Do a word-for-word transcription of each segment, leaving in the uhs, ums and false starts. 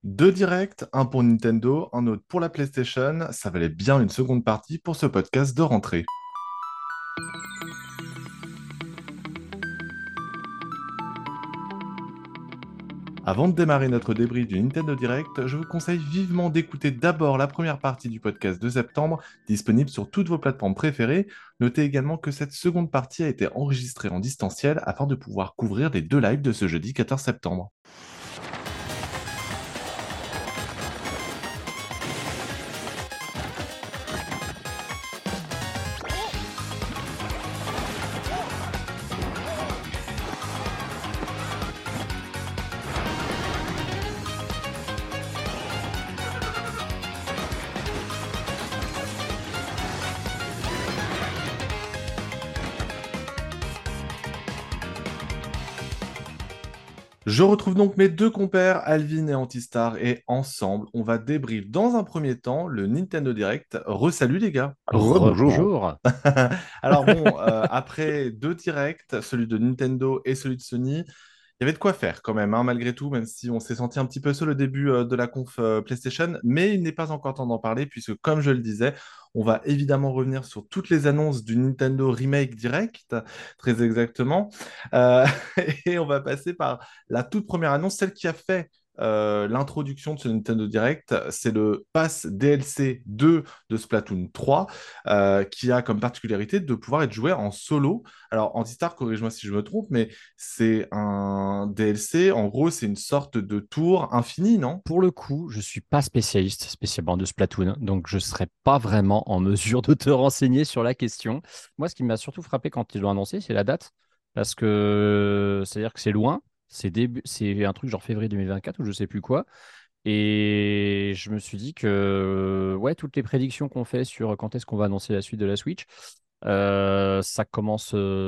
Deux directs, un pour Nintendo, un autre pour la PlayStation, ça valait bien une seconde partie pour ce podcast de rentrée. Avant de démarrer notre débrief du Nintendo Direct, je vous conseille vivement d'écouter d'abord la première partie du podcast de septembre, disponible sur toutes vos plateformes préférées. Notez également que cette seconde partie a été enregistrée en distanciel afin de pouvoir couvrir les deux lives de ce jeudi quatorze septembre. Je retrouve donc mes deux compères, Alvin et Antistar, et ensemble, on va débrief dans un premier temps le Nintendo Direct. Re-salut les gars. Rebonjour. Rebonjour. Alors bon, euh, après deux directs, celui de Nintendo et celui de Sony, il y avait de quoi faire quand même, hein, malgré tout, même si on s'est senti un petit peu seul au début euh, de la conf euh, PlayStation, mais il n'est pas encore temps d'en parler, puisque comme je le disais, on va évidemment revenir sur toutes les annonces du Nintendo Remake Direct, très exactement, Euh, et on va passer par la toute première annonce, celle qui a fait euh, l'introduction de ce Nintendo Direct, c'est le Pass D L C deux de Splatoon trois, euh, qui a comme particularité de pouvoir être joué en solo. Alors, Antistar, corrige-moi si je me trompe, mais c'est un D L C, en gros, c'est une sorte de tour infini, non? Pour le coup, je suis pas spécialiste spécialement de Splatoon, donc je serais pas vraiment en mesure de te renseigner sur la question. Moi, ce qui m'a surtout frappé quand ils l'ont annoncé, c'est la date, parce que c'est-à-dire que c'est loin, c'est début, c'est un truc genre février deux mille vingt-quatre ou je sais plus quoi, et je me suis dit que ouais, toutes les prédictions qu'on fait sur quand est-ce qu'on va annoncer la suite de la Switch, euh, ça commence,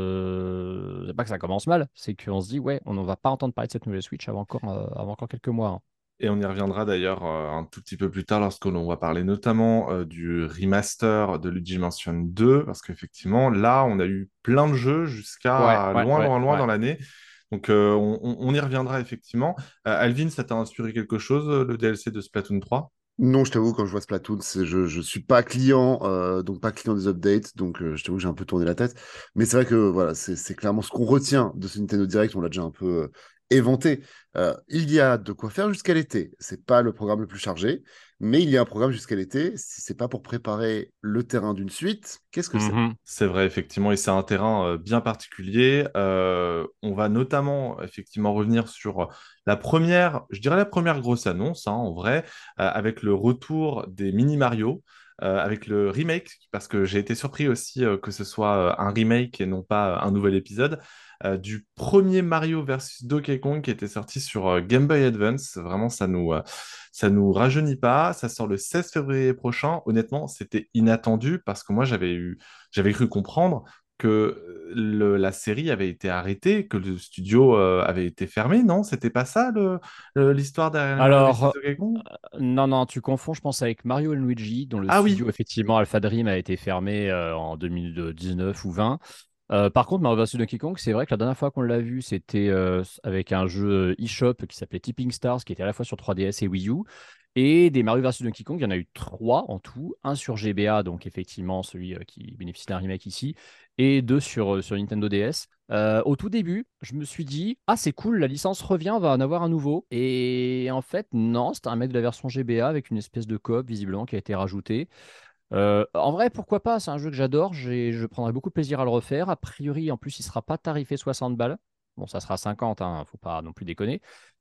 euh, c'est pas que ça commence mal, c'est qu'on se dit ouais, on ne va pas entendre parler de cette nouvelle Switch avant encore, euh, avant encore quelques mois, hein. Et on y reviendra d'ailleurs euh, un tout petit peu plus tard lorsque l'on va parler notamment euh, du remaster de Luigi Mansion deux, parce qu'effectivement, là, on a eu plein de jeux Ouais, jusqu'à ouais, loin, ouais, loin, loin ouais. dans l'année. Donc, euh, on, on- on y reviendra effectivement. Euh, Alvin, ça t'a inspiré quelque chose, euh, le D L C de Splatoon trois? Non, je t'avoue, quand je vois Splatoon, c'est, je, je suis pas client, euh, donc pas client des updates, donc euh, je t'avoue que j'ai un peu tourné la tête. Mais c'est vrai que voilà, c'est c'est clairement ce qu'on retient de ce Nintendo Direct, on l'a déjà un peu euh, éventé. Euh, il y a de quoi faire jusqu'à l'été. C'est pas le programme le plus chargé, mais il y a un programme jusqu'à l'été. Si c'est pas pour préparer le terrain d'une suite, qu'est-ce que c'est? Mhm. C'est vrai, effectivement, et c'est un terrain euh, bien particulier. Euh, on va notamment, effectivement, revenir sur la première, je dirais la première grosse annonce, hein, en vrai, euh, avec le retour des mini Mario, euh, avec le remake, parce que j'ai été surpris aussi euh, que ce soit euh, un remake et non pas euh, un nouvel épisode, euh, du premier Mario versus Donkey Kong qui était sorti sur euh, Game Boy Advance. Vraiment, ça nous, euh, ça nous rajeunit pas. Ça sort le seize février prochain. Honnêtement, c'était inattendu parce que moi, j'avais eu, j'avais cru comprendre que euh, le- la série avait été arrêtée, que le studio euh, avait été fermé, non? C'était pas ça le, le- l'histoire derrière les Mario versus Alors, Donkey Kong? non, non, tu confonds, je pense, avec Mario et Luigi, dont le Ah oui, studio, effectivement, Alpha Dream a été fermé euh, en deux mille dix-neuf ou vingt. Euh, par contre, Mario versus. Donkey Kong, c'est vrai que la dernière fois qu'on l'a vu, c'était euh, avec un jeu eShop qui s'appelait Tipping Stars, qui était à la fois sur trois D S et Wii U. Et des Mario versus. Donkey Kong, il y en a eu trois en tout. Un sur G B A, donc effectivement celui euh, qui bénéficie d'un remake ici, et deux sur, euh, sur Nintendo D S. Euh, au tout début, je me suis dit, ah c'est cool, la licence revient, on va en avoir un nouveau. Et en fait, non, c'était un mec de la version G B A avec une espèce de coop visiblement qui a été rajouté. Euh, en vrai, pourquoi pas? C'est un jeu que j'adore. J'ai- Je prendrai beaucoup de plaisir à le refaire. A priori, en plus, il sera pas tarifé soixante balles. Bon, ça sera cinquante, hein, faut pas non plus déconner.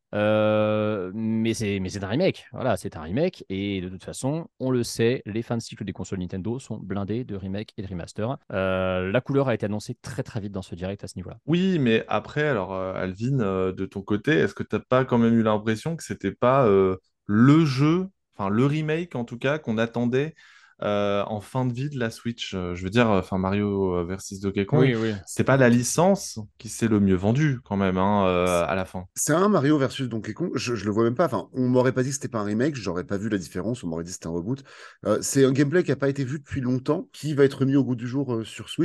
Euh, mais c'est mais c'est un remake. Voilà, c'est un remake. Et de toute façon, on le sait, les fins de cycle des consoles Nintendo sont blindés de remake et de remaster. Euh, la couleur a été annoncée très très vite dans ce direct à ce niveau-là. oui, mais après, alors euh, Alvin, euh, de ton côté, est-ce que t'as pas quand même eu l'impression que c'était pas euh, le jeu, enfin le remake en tout cas, qu'on attendait euh, en fin de vie de la Switch? Euh, je veux dire, enfin Mario euh, versus Donkey Kong, Oui, oui. c'est pas la licence qui s'est le mieux vendue quand même, hein, euh, à la fin. C'est un Mario versus Donkey Kong, je, je le vois même pas. Enfin, on m'aurait pas dit que c'était pas un remake, j'aurais pas vu la différence, on m'aurait dit que c'était un reboot. Euh, c'est un gameplay qui a pas été vu depuis longtemps, qui va être mis au goût du jour euh, sur Switch.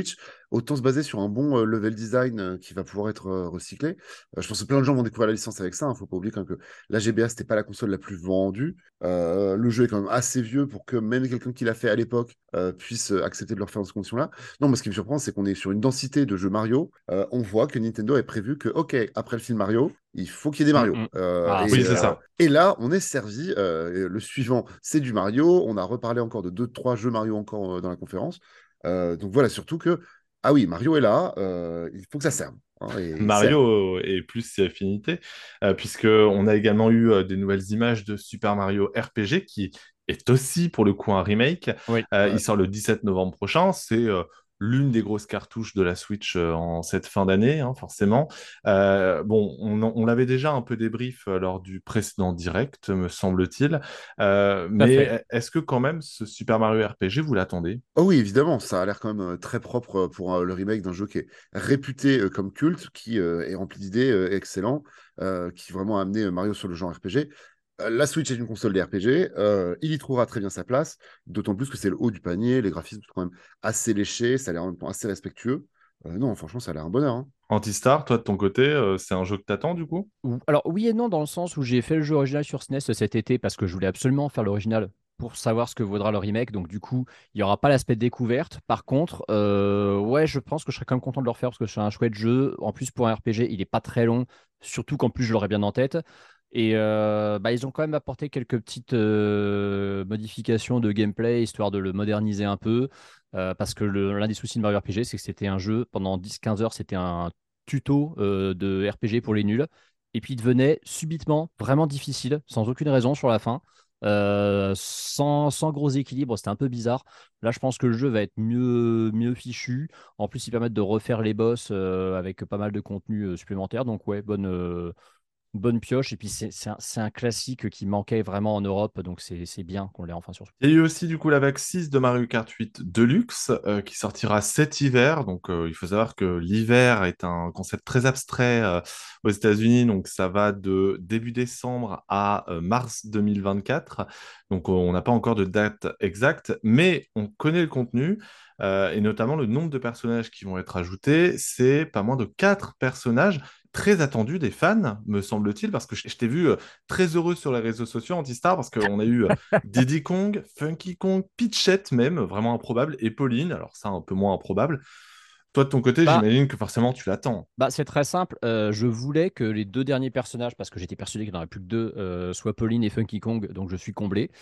autant se baser sur un bon euh, level design euh, qui va pouvoir être euh, recyclé. Euh, je pense que plein de gens vont découvrir la licence avec ça. Il ne faut pas oublier quand même que la G B A, c'était pas la console la plus vendue. Euh, le jeu est quand même assez vieux pour que même quelqu'un qui l'a fait à l'époque euh, puisse euh, accepter de le refaire dans ces conditions-là. Non, moi, ce qui me surprend, c'est qu'on est sur une densité de jeux Mario. Euh, on voit que Nintendo avait prévu que, OK, après le film Mario, il faut qu'il y ait des Mm, Mario. mm. Euh, Ah, et, Oui, c'est c'est euh, clair. ça. et là, on est servi. Euh, le suivant, c'est du Mario. On a reparlé encore de deux, trois jeux Mario encore euh, dans la conférence. Euh, donc voilà, surtout que, ah oui, Mario est là. Euh, il faut que ça serve, hein, et il sert. Mario est plus si affinité, euh, puisque on a également eu euh, des nouvelles images de Super Mario R P G, qui est aussi pour le coup un remake. Oui. Euh, il Ouais. sort le dix-sept novembre prochain. C'est euh, l'une des grosses cartouches de la Switch euh, en cette fin d'année, hein, forcément. Euh, bon, on, en- on l'avait déjà un peu débrief euh, lors du précédent direct, me semble-t-il. Euh, Tout à fait. mais est-ce que quand même ce Super Mario R P G, vous l'attendez? Oh oui, évidemment, ça a l'air quand même euh, très propre euh, pour euh, le remake d'un jeu qui est réputé euh, comme culte, qui euh, est rempli d'idées, euh, excellent, euh, qui vraiment a amené euh, Mario sur le genre R P G. Euh, la Switch est une console des R P G, euh, il y trouvera très bien sa place, d'autant plus que c'est le haut du panier, les graphismes sont quand même assez léchés, ça a l'air en même temps assez respectueux. Euh, non, franchement, ça a l'air un bonheur, hein. Antistar, toi de ton côté, euh, c'est un jeu que t'attends du coup? Ou- Alors oui et non, dans le sens où j'ai fait le jeu original sur S N E S cet été parce que je voulais absolument faire l'original pour savoir ce que vaudra le remake. Donc du coup, il n'y aura pas l'aspect découverte. Par contre, euh, ouais, je pense que je serais quand même content de le refaire parce que c'est un chouette jeu. En plus, pour un R P G, il n'est pas très long, surtout qu'en plus, je l'aurais bien en tête. Et euh, bah, ils ont quand même apporté quelques petites euh, modifications de gameplay, histoire de le moderniser un peu. Euh, parce que le- l'un des soucis de Mario R P G, c'est que c'était un jeu, pendant dix quinze heures, c'était un tuto euh, de R P G pour les nuls. Et puis il devenait subitement vraiment difficile, sans aucune raison sur la fin, euh, sans, sans gros équilibre, c'était un peu bizarre. Là, je pense que le jeu va être mieux, mieux fichu. En plus, ils permettent de refaire les boss euh, avec pas mal de contenu euh, supplémentaire. Donc ouais, bonne, euh, bonne pioche. Et puis c'est c'est un, c'est un classique qui manquait vraiment en Europe, donc c'est c'est bien qu'on l'ait enfin sur Switch. Il y a eu aussi du coup la vague six de Mario Kart huit Deluxe euh, qui sortira cet hiver. Donc euh, il faut savoir que l'hiver est un concept très abstrait euh, aux États-Unis. Donc ça va de début décembre à euh, mars deux mille vingt-quatre. Donc euh, on n'a pas encore de date exacte, mais on connaît le contenu euh, et notamment le nombre de personnages qui vont être ajoutés. C'est pas moins de quatre personnages très attendus des fans, me semble-t-il, parce que je je t'ai vu euh, très heureux sur les réseaux sociaux anti-star parce qu'on a eu euh, Diddy Kong, Funky Kong, Pitchette même, vraiment improbable, et Pauline, alors ça un peu moins improbable. Toi de ton côté, Bah, j'imagine que forcément tu l'attends. Bah, c'est très simple. Euh, je voulais que les deux derniers personnages, parce que j'étais persuadé qu'il n'y en aurait plus que deux, euh, soient Pauline et Funky Kong, donc je suis comblé.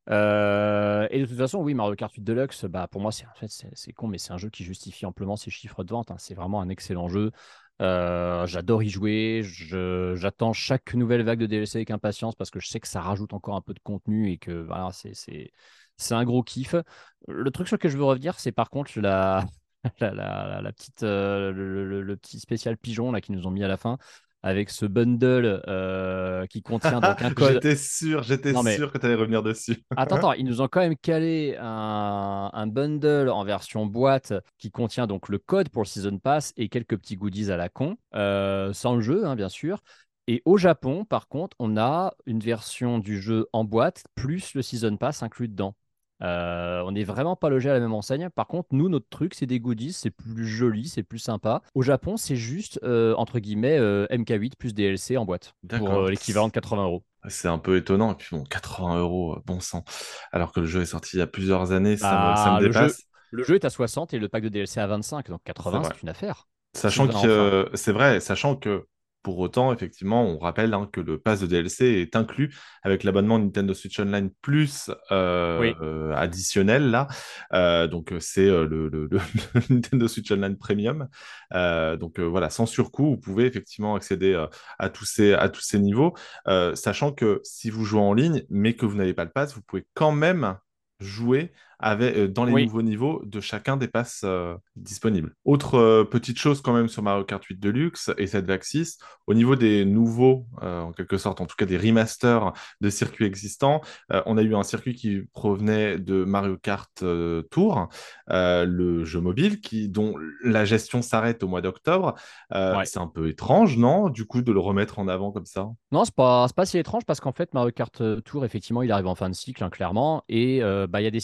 Euh, et de toute façon, oui, Mario Kart huit Deluxe, bah, pour moi, c'est en fait, c'est c'est con, mais c'est un jeu qui justifie amplement ses chiffres de vente, hein. C'est vraiment un excellent jeu. Euh, j'adore y jouer. Je- j'attends chaque nouvelle vague de D L C avec impatience parce que je sais que ça rajoute encore un peu de contenu et que voilà, c'est c'est- c'est un gros kiff. Le truc sur lequel je veux revenir, c'est par contre la, la, la- la petite, euh, le, le- le petit spécial pigeon là, qu'ils nous ont mis à la fin avec ce bundle euh, qui contient donc un code. J'étais sûr, j'étais Non mais sûr que tu allais revenir dessus. attends, attends, ils nous ont quand même calé un, un bundle en version boîte qui contient donc le code pour le Season Pass et quelques petits goodies à la con, euh, sans le jeu, hein, bien sûr. Et au Japon, par contre, on a une version du jeu en boîte plus le Season Pass inclus dedans. Euh, on n'est vraiment pas logé à la même enseigne. Par contre, nous, notre truc, c'est des goodies, c'est plus joli, c'est plus sympa. Au Japon, c'est juste, euh, entre guillemets, euh, M K huit plus D L C en boîte pour euh, D'accord. l'équivalent de quatre-vingts euros. C'est un peu étonnant. Et puis bon, quatre-vingts euros, euh, bon sang. Alors que le jeu est sorti il y a plusieurs années, ça me, ça me Bah, le jeu, dépasse. le jeu est à soixante et le pack de D L C à vingt-cinq, donc C'est quatre-vingts, vrai. c'est une affaire. Sachant Sylvain, que enfin. euh, c'est vrai, sachant que pour autant, effectivement, on rappelle hein, que le pass de D L C est inclus avec l'abonnement Nintendo Switch Online plus euh, Oui, euh, additionnel là. Euh, donc euh, c'est euh, le, le- le Nintendo Switch Online Premium. Euh, donc euh, voilà, sans surcoût, vous pouvez effectivement accéder euh, à tous ces à tous ces niveaux, Euh, sachant que si vous jouez en ligne, mais que vous n'avez pas le pass, vous pouvez quand même jouer avec, euh, dans les oui, nouveaux niveaux de chacun des passes euh, disponibles. Autre euh, petite chose quand même sur Mario Kart huit Deluxe et cette vague six, au niveau des nouveaux, euh, en quelque sorte, en tout cas des remasters de circuits existants, euh, on a eu un circuit qui provenait de Mario Kart euh, Tour, euh, le jeu mobile, qui, dont la gestion s'arrête au mois d'octobre. Euh, ouais. c'est un peu étrange, non, du coup, de le remettre en avant comme ça? Non, c'est pas, c'est pas si étrange parce qu'en fait, Mario Kart euh, Tour, effectivement, il arrive en fin de cycle, hein, clairement. Et euh, bah, il y a des circuits de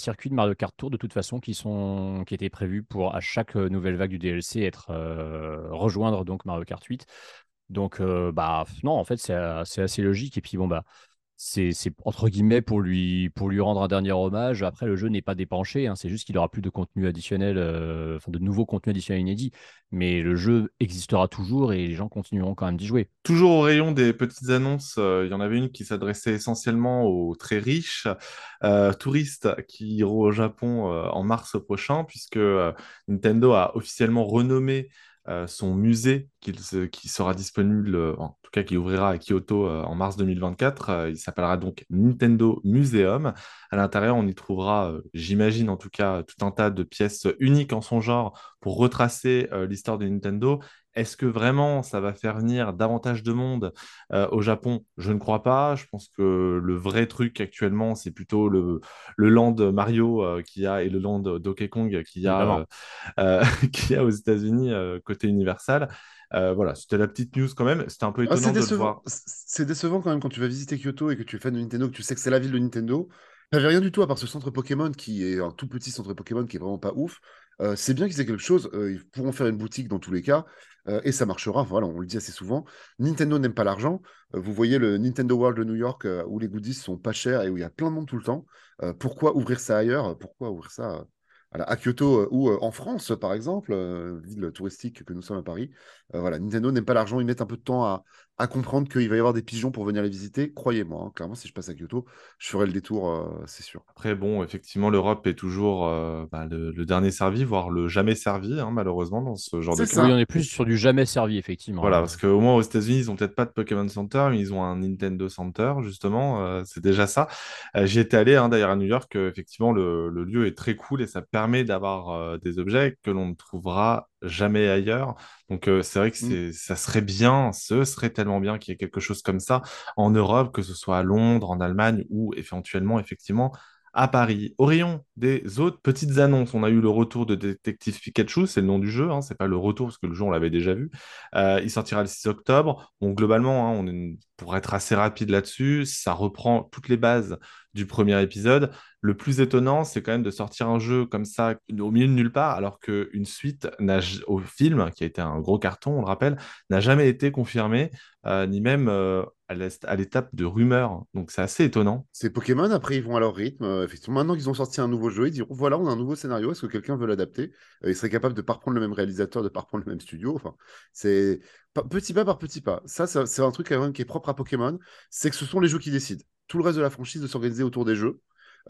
Mario Kart Tour de toute façon qui sont qui étaient prévus pour à chaque euh, nouvelle vague du D L C être euh, rejoindre donc Mario Kart huit. Donc euh, bah non, en fait c'est euh, c'est assez logique et puis bon bah c'est c'est entre guillemets pour lui pour lui rendre un dernier hommage. Après le jeu n'est pas dépenché, hein, c'est juste qu'il aura plus de contenu additionnel, euh, enfin de nouveaux contenus additionnels inédits. Mais le jeu existera toujours et les gens continueront quand même d'y jouer. Toujours au rayon des petites annonces, euh, il y en avait une qui s'adressait essentiellement aux très riches euh, touristes qui iront au Japon euh, en mars prochain, puisque euh, Nintendo a officiellement renommé euh, son musée qu'il se- qui sera disponible, euh, en tout cas qui ouvrira à Kyoto euh, en mars deux mille vingt-quatre. Euh, il s'appellera donc Nintendo Museum. À l'intérieur, on y trouvera, euh, j'imagine en tout cas, tout un tas de pièces uniques en son genre pour retracer euh, l'histoire de Nintendo. Est-ce que vraiment ça va faire venir davantage de monde euh, au Japon? Je ne crois pas. Je pense que le vrai truc actuellement, c'est plutôt le, le land Mario euh, qu'il y a et le land Donkey Kong qu'il y a, euh, Évidemment. euh, qu'il y a aux États-Unis euh, côté Universal. Euh, voilà, c'était la petite news quand même. C'était un peu Ah, c'est étonnant de le décevant. voir. C'est décevant quand même quand tu vas visiter Kyoto et que tu es fan de Nintendo, que tu sais que c'est la ville de Nintendo. T'avais rien du tout à part ce centre Pokémon qui est un tout petit centre Pokémon qui est vraiment pas ouf. Euh, c'est bien qu'ils aient quelque chose. Euh, ils pourront faire une boutique dans tous les cas euh, et ça marchera. Voilà, on le dit assez souvent. Nintendo n'aime pas l'argent. Euh, vous voyez le Nintendo World de New York euh, où les goodies sont pas chers et où il y a plein de monde tout le temps. Euh, pourquoi ouvrir ça ailleurs? Pourquoi ouvrir ça euh, voilà, à Kyoto euh, ou euh, en France, par exemple, euh, ville touristique que nous sommes à Paris? Euh, voilà, Nintendo n'aime pas l'argent. Ils mettent un peu de temps à à comprendre qu'il va y avoir des pigeons pour venir les visiter. Croyez-moi, hein, clairement, si je passe à Kyoto, je ferai le détour, euh, c'est sûr. Après, bon, effectivement, l'Europe est toujours euh, bah, le, le dernier servi, voire le jamais servi, hein, malheureusement, dans ce genre de C'est cas. Oui, on ça. est plus sur du jamais servi, effectivement, Voilà, hein. parce qu'au moins aux États-Unis, ils ont peut-être pas de Pokémon Center, mais ils ont un Nintendo Center, justement. Euh, c'est déjà ça. Euh, j'y étais allé, hein, d'ailleurs, à New York. Euh, effectivement, le, le lieu est très cool et ça permet d'avoir euh, des objets que l'on ne trouvera jamais ailleurs. Donc, euh, c'est vrai que Mm. c'est, ça serait bien, ce serait tellement bien qu'il y ait quelque chose comme ça en Europe, que ce soit à Londres, en Allemagne ou éventuellement, effectivement, à Paris. Au rayon des autres petites annonces, on a eu le retour de Détective Pikachu, c'est le nom du jeu, hein, c'est pas le retour parce que le jeu on l'avait déjà vu. Euh, il sortira le six octobre. Bon, globalement, hein, on est, pour être assez rapide là-dessus, ça reprend toutes les bases du premier épisode. Le plus étonnant, c'est quand même de sortir un jeu comme ça au milieu de nulle part, alors qu'une suite n'a, au film, qui a été un gros carton, on le rappelle, n'a jamais été confirmée, euh, ni même euh, à l'est- à l'étape de rumeur. Donc c'est assez étonnant. C'est Pokémon, après ils vont à leur rythme. Euh, effectivement, maintenant qu'ils ont sorti un nouveau jeu, ils diront voilà, on a un nouveau scénario, est-ce que quelqu'un veut l'adapter? Euh, Ils seraient capables de ne pas reprendre le même réalisateur, de ne pas reprendre le même studio. Enfin, c'est pa- petit pas par petit pas. Ça, ça, c'est un truc quand même qui est propre à Pokémon, c'est que ce sont les jeux qui décident. Tout le reste de la franchise de s'organiser autour des jeux.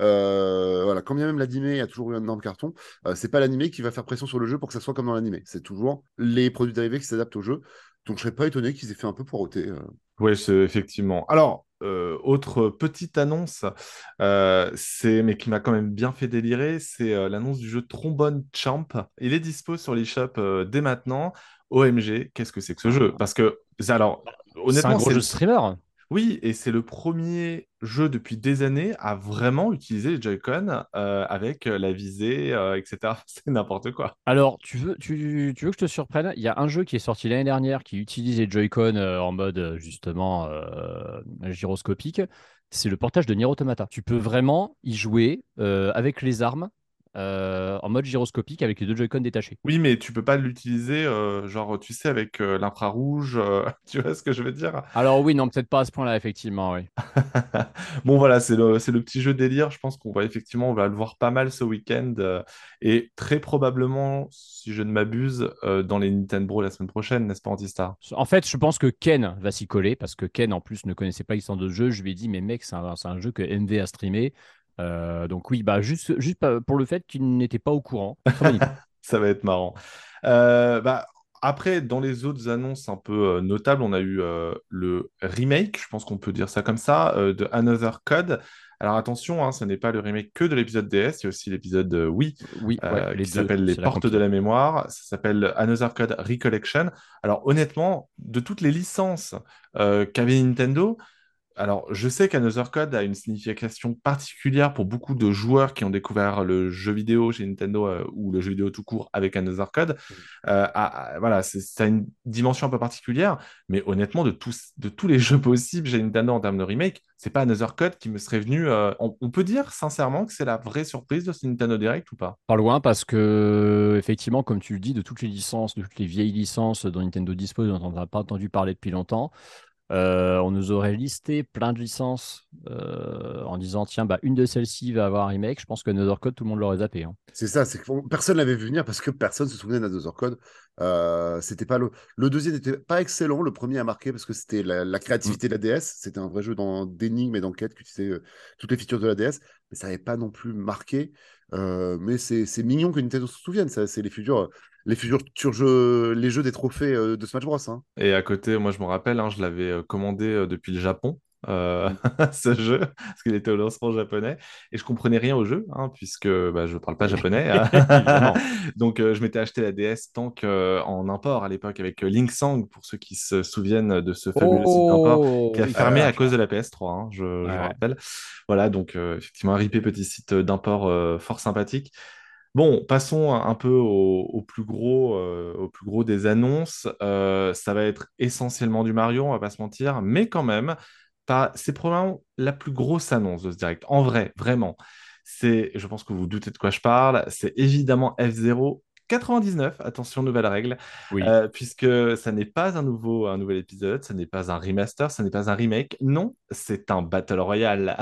Euh, voilà, quand bien même l'animé a toujours eu un énorme carton, euh, c'est pas l'animé qui va faire pression sur le jeu pour que ça soit comme dans l'animé. C'est toujours les produits dérivés qui s'adaptent au jeu. Donc je serais pas étonné qu'ils aient fait un peu poireauter. euh. Oui, effectivement. Alors, euh, autre petite annonce, euh, c'est, mais qui m'a quand même bien fait délirer, c'est euh, l'annonce du jeu Trombone Champ. Il est dispo sur l'eShop euh, dès maintenant. O M G, qu'est-ce que c'est que ce jeu? Ah, Parce que, alors, c'est un honnêtement, gros c'est jeu le, de streamer. oui, et c'est le premier jeu depuis des années à vraiment utiliser les Joy-Con euh, avec euh, la visée, euh, et cetera. C'est n'importe quoi. Alors, tu veux, tu, tu veux que je te surprenne? Il y a un jeu qui est sorti l'année dernière qui utilise les Joy-Con euh, en mode euh, justement euh, gyroscopique. C'est le portage de Nier Automata. Tu peux vraiment y jouer euh, avec les armes euh, en mode gyroscopique avec les deux Joy-Con détachés. Oui, mais tu peux pas l'utiliser, euh, genre, tu sais, avec euh, l'infrarouge, euh, tu vois ce que je veux dire? Alors oui, non, peut-être pas à ce point-là, effectivement, oui. Bon, voilà, c'est le, c'est le petit jeu délire. Je pense qu'on va effectivement, on va le voir pas mal ce week-end euh, et très probablement, si je ne m'abuse, euh, dans les Nintendo la semaine prochaine, n'est-ce pas, Antistar? En fait, je pense que Ken va s'y coller parce que Ken, en plus, ne connaissait pas l'existence de ce jeu. Je lui ai dit, mais mec, c'est un, c'est un jeu que M V a streamé. Euh, donc oui, bah juste, juste pa- pour le fait qu'il n'était pas au courant. Très bonne idée. Ça va être marrant. Euh, bah, après, dans les autres annonces un peu euh, notables, on a eu euh, le remake, je pense qu'on peut dire ça comme ça, euh, de Another Code. Alors attention, hein, ce n'est pas le remake que de l'épisode D S, il y a aussi l'épisode euh, Wii Oui, ouais, euh, les qui deux, s'appelle Les c'est la Portes de compile. la Mémoire. Ça s'appelle Another Code Recollection. Alors honnêtement, de toutes les licences euh, qu'avait Nintendo, Alors, je sais qu'Another Code a une signification particulière pour beaucoup de joueurs qui ont découvert le jeu vidéo chez Nintendo euh, ou le jeu vidéo tout court avec Another Code. Euh, à- à- voilà, c'est, ça a une dimension un peu particulière, mais honnêtement, de tous, de tous les jeux possibles chez Nintendo en termes de remake, c'est pas Another Code qui me serait venu. euh, on, on peut dire sincèrement que c'est la vraie surprise de ce Nintendo Direct ou pas? Pas loin parce que, effectivement, comme tu le dis, de toutes les licences, de toutes les vieilles licences dont Nintendo dispose, dont on n'a pas entendu parler depuis longtemps, euh, on nous aurait listé plein de licences euh, en disant, tiens, bah, une de celles-ci va avoir un remake. Je pense que Another Code, tout le monde l'aurait zappé, hein. C'est ça, c'est que on- personne l'avait vu venir parce que personne se souvenait d'Another Code. Euh, c'était pas le... le deuxième n'était pas excellent, le premier a marqué parce que c'était la, la Mm. créativité de la D S. C'était un vrai jeu dans... d'énigmes et d'enquêtes qui utilisait euh, toutes les features de la D S, mais ça n'avait pas non plus marqué. Euh, mais c'est c'est mignon que Nintendo se souvienne. Ça, c'est les futurs, les futurs jeux, les jeux des trophées euh, de Smash Bros. Hein. Et à côté, moi je me rappelle, hein, je l'avais euh, commandé euh, depuis le Japon, euh, Mm. ce jeu, parce qu'il était au lancement japonais, et je comprenais rien au jeu, hein, puisque bah, je ne parle pas japonais. Évidemment. Donc euh, je m'étais acheté la D S tant qu'en import à l'époque avec euh, Link Sang, pour ceux qui se souviennent de ce fabuleux site d'import, qui Oh, a oui, Ah fermé là à là. cause de la P S trois, hein, je, je Ouais. rappelle. Voilà, donc euh, effectivement un ripé petit site d'import euh, fort sympathique. Bon, passons un peu au, au plus gros, euh, au plus gros des annonces. Euh, ça va être essentiellement du Mario, on va pas se mentir, mais quand même, pas... c'est probablement la plus grosse annonce de ce direct. En vrai, vraiment. C'est, je pense que vous doutez de quoi je parle, c'est évidemment f zéro quatre-vingt-dix-neuf, attention, nouvelle règle, Oui. euh, puisque ça n'est pas un nouveau, un nouvel épisode, ça n'est pas un remaster, ça n'est pas un remake, non, c'est un Battle Royale.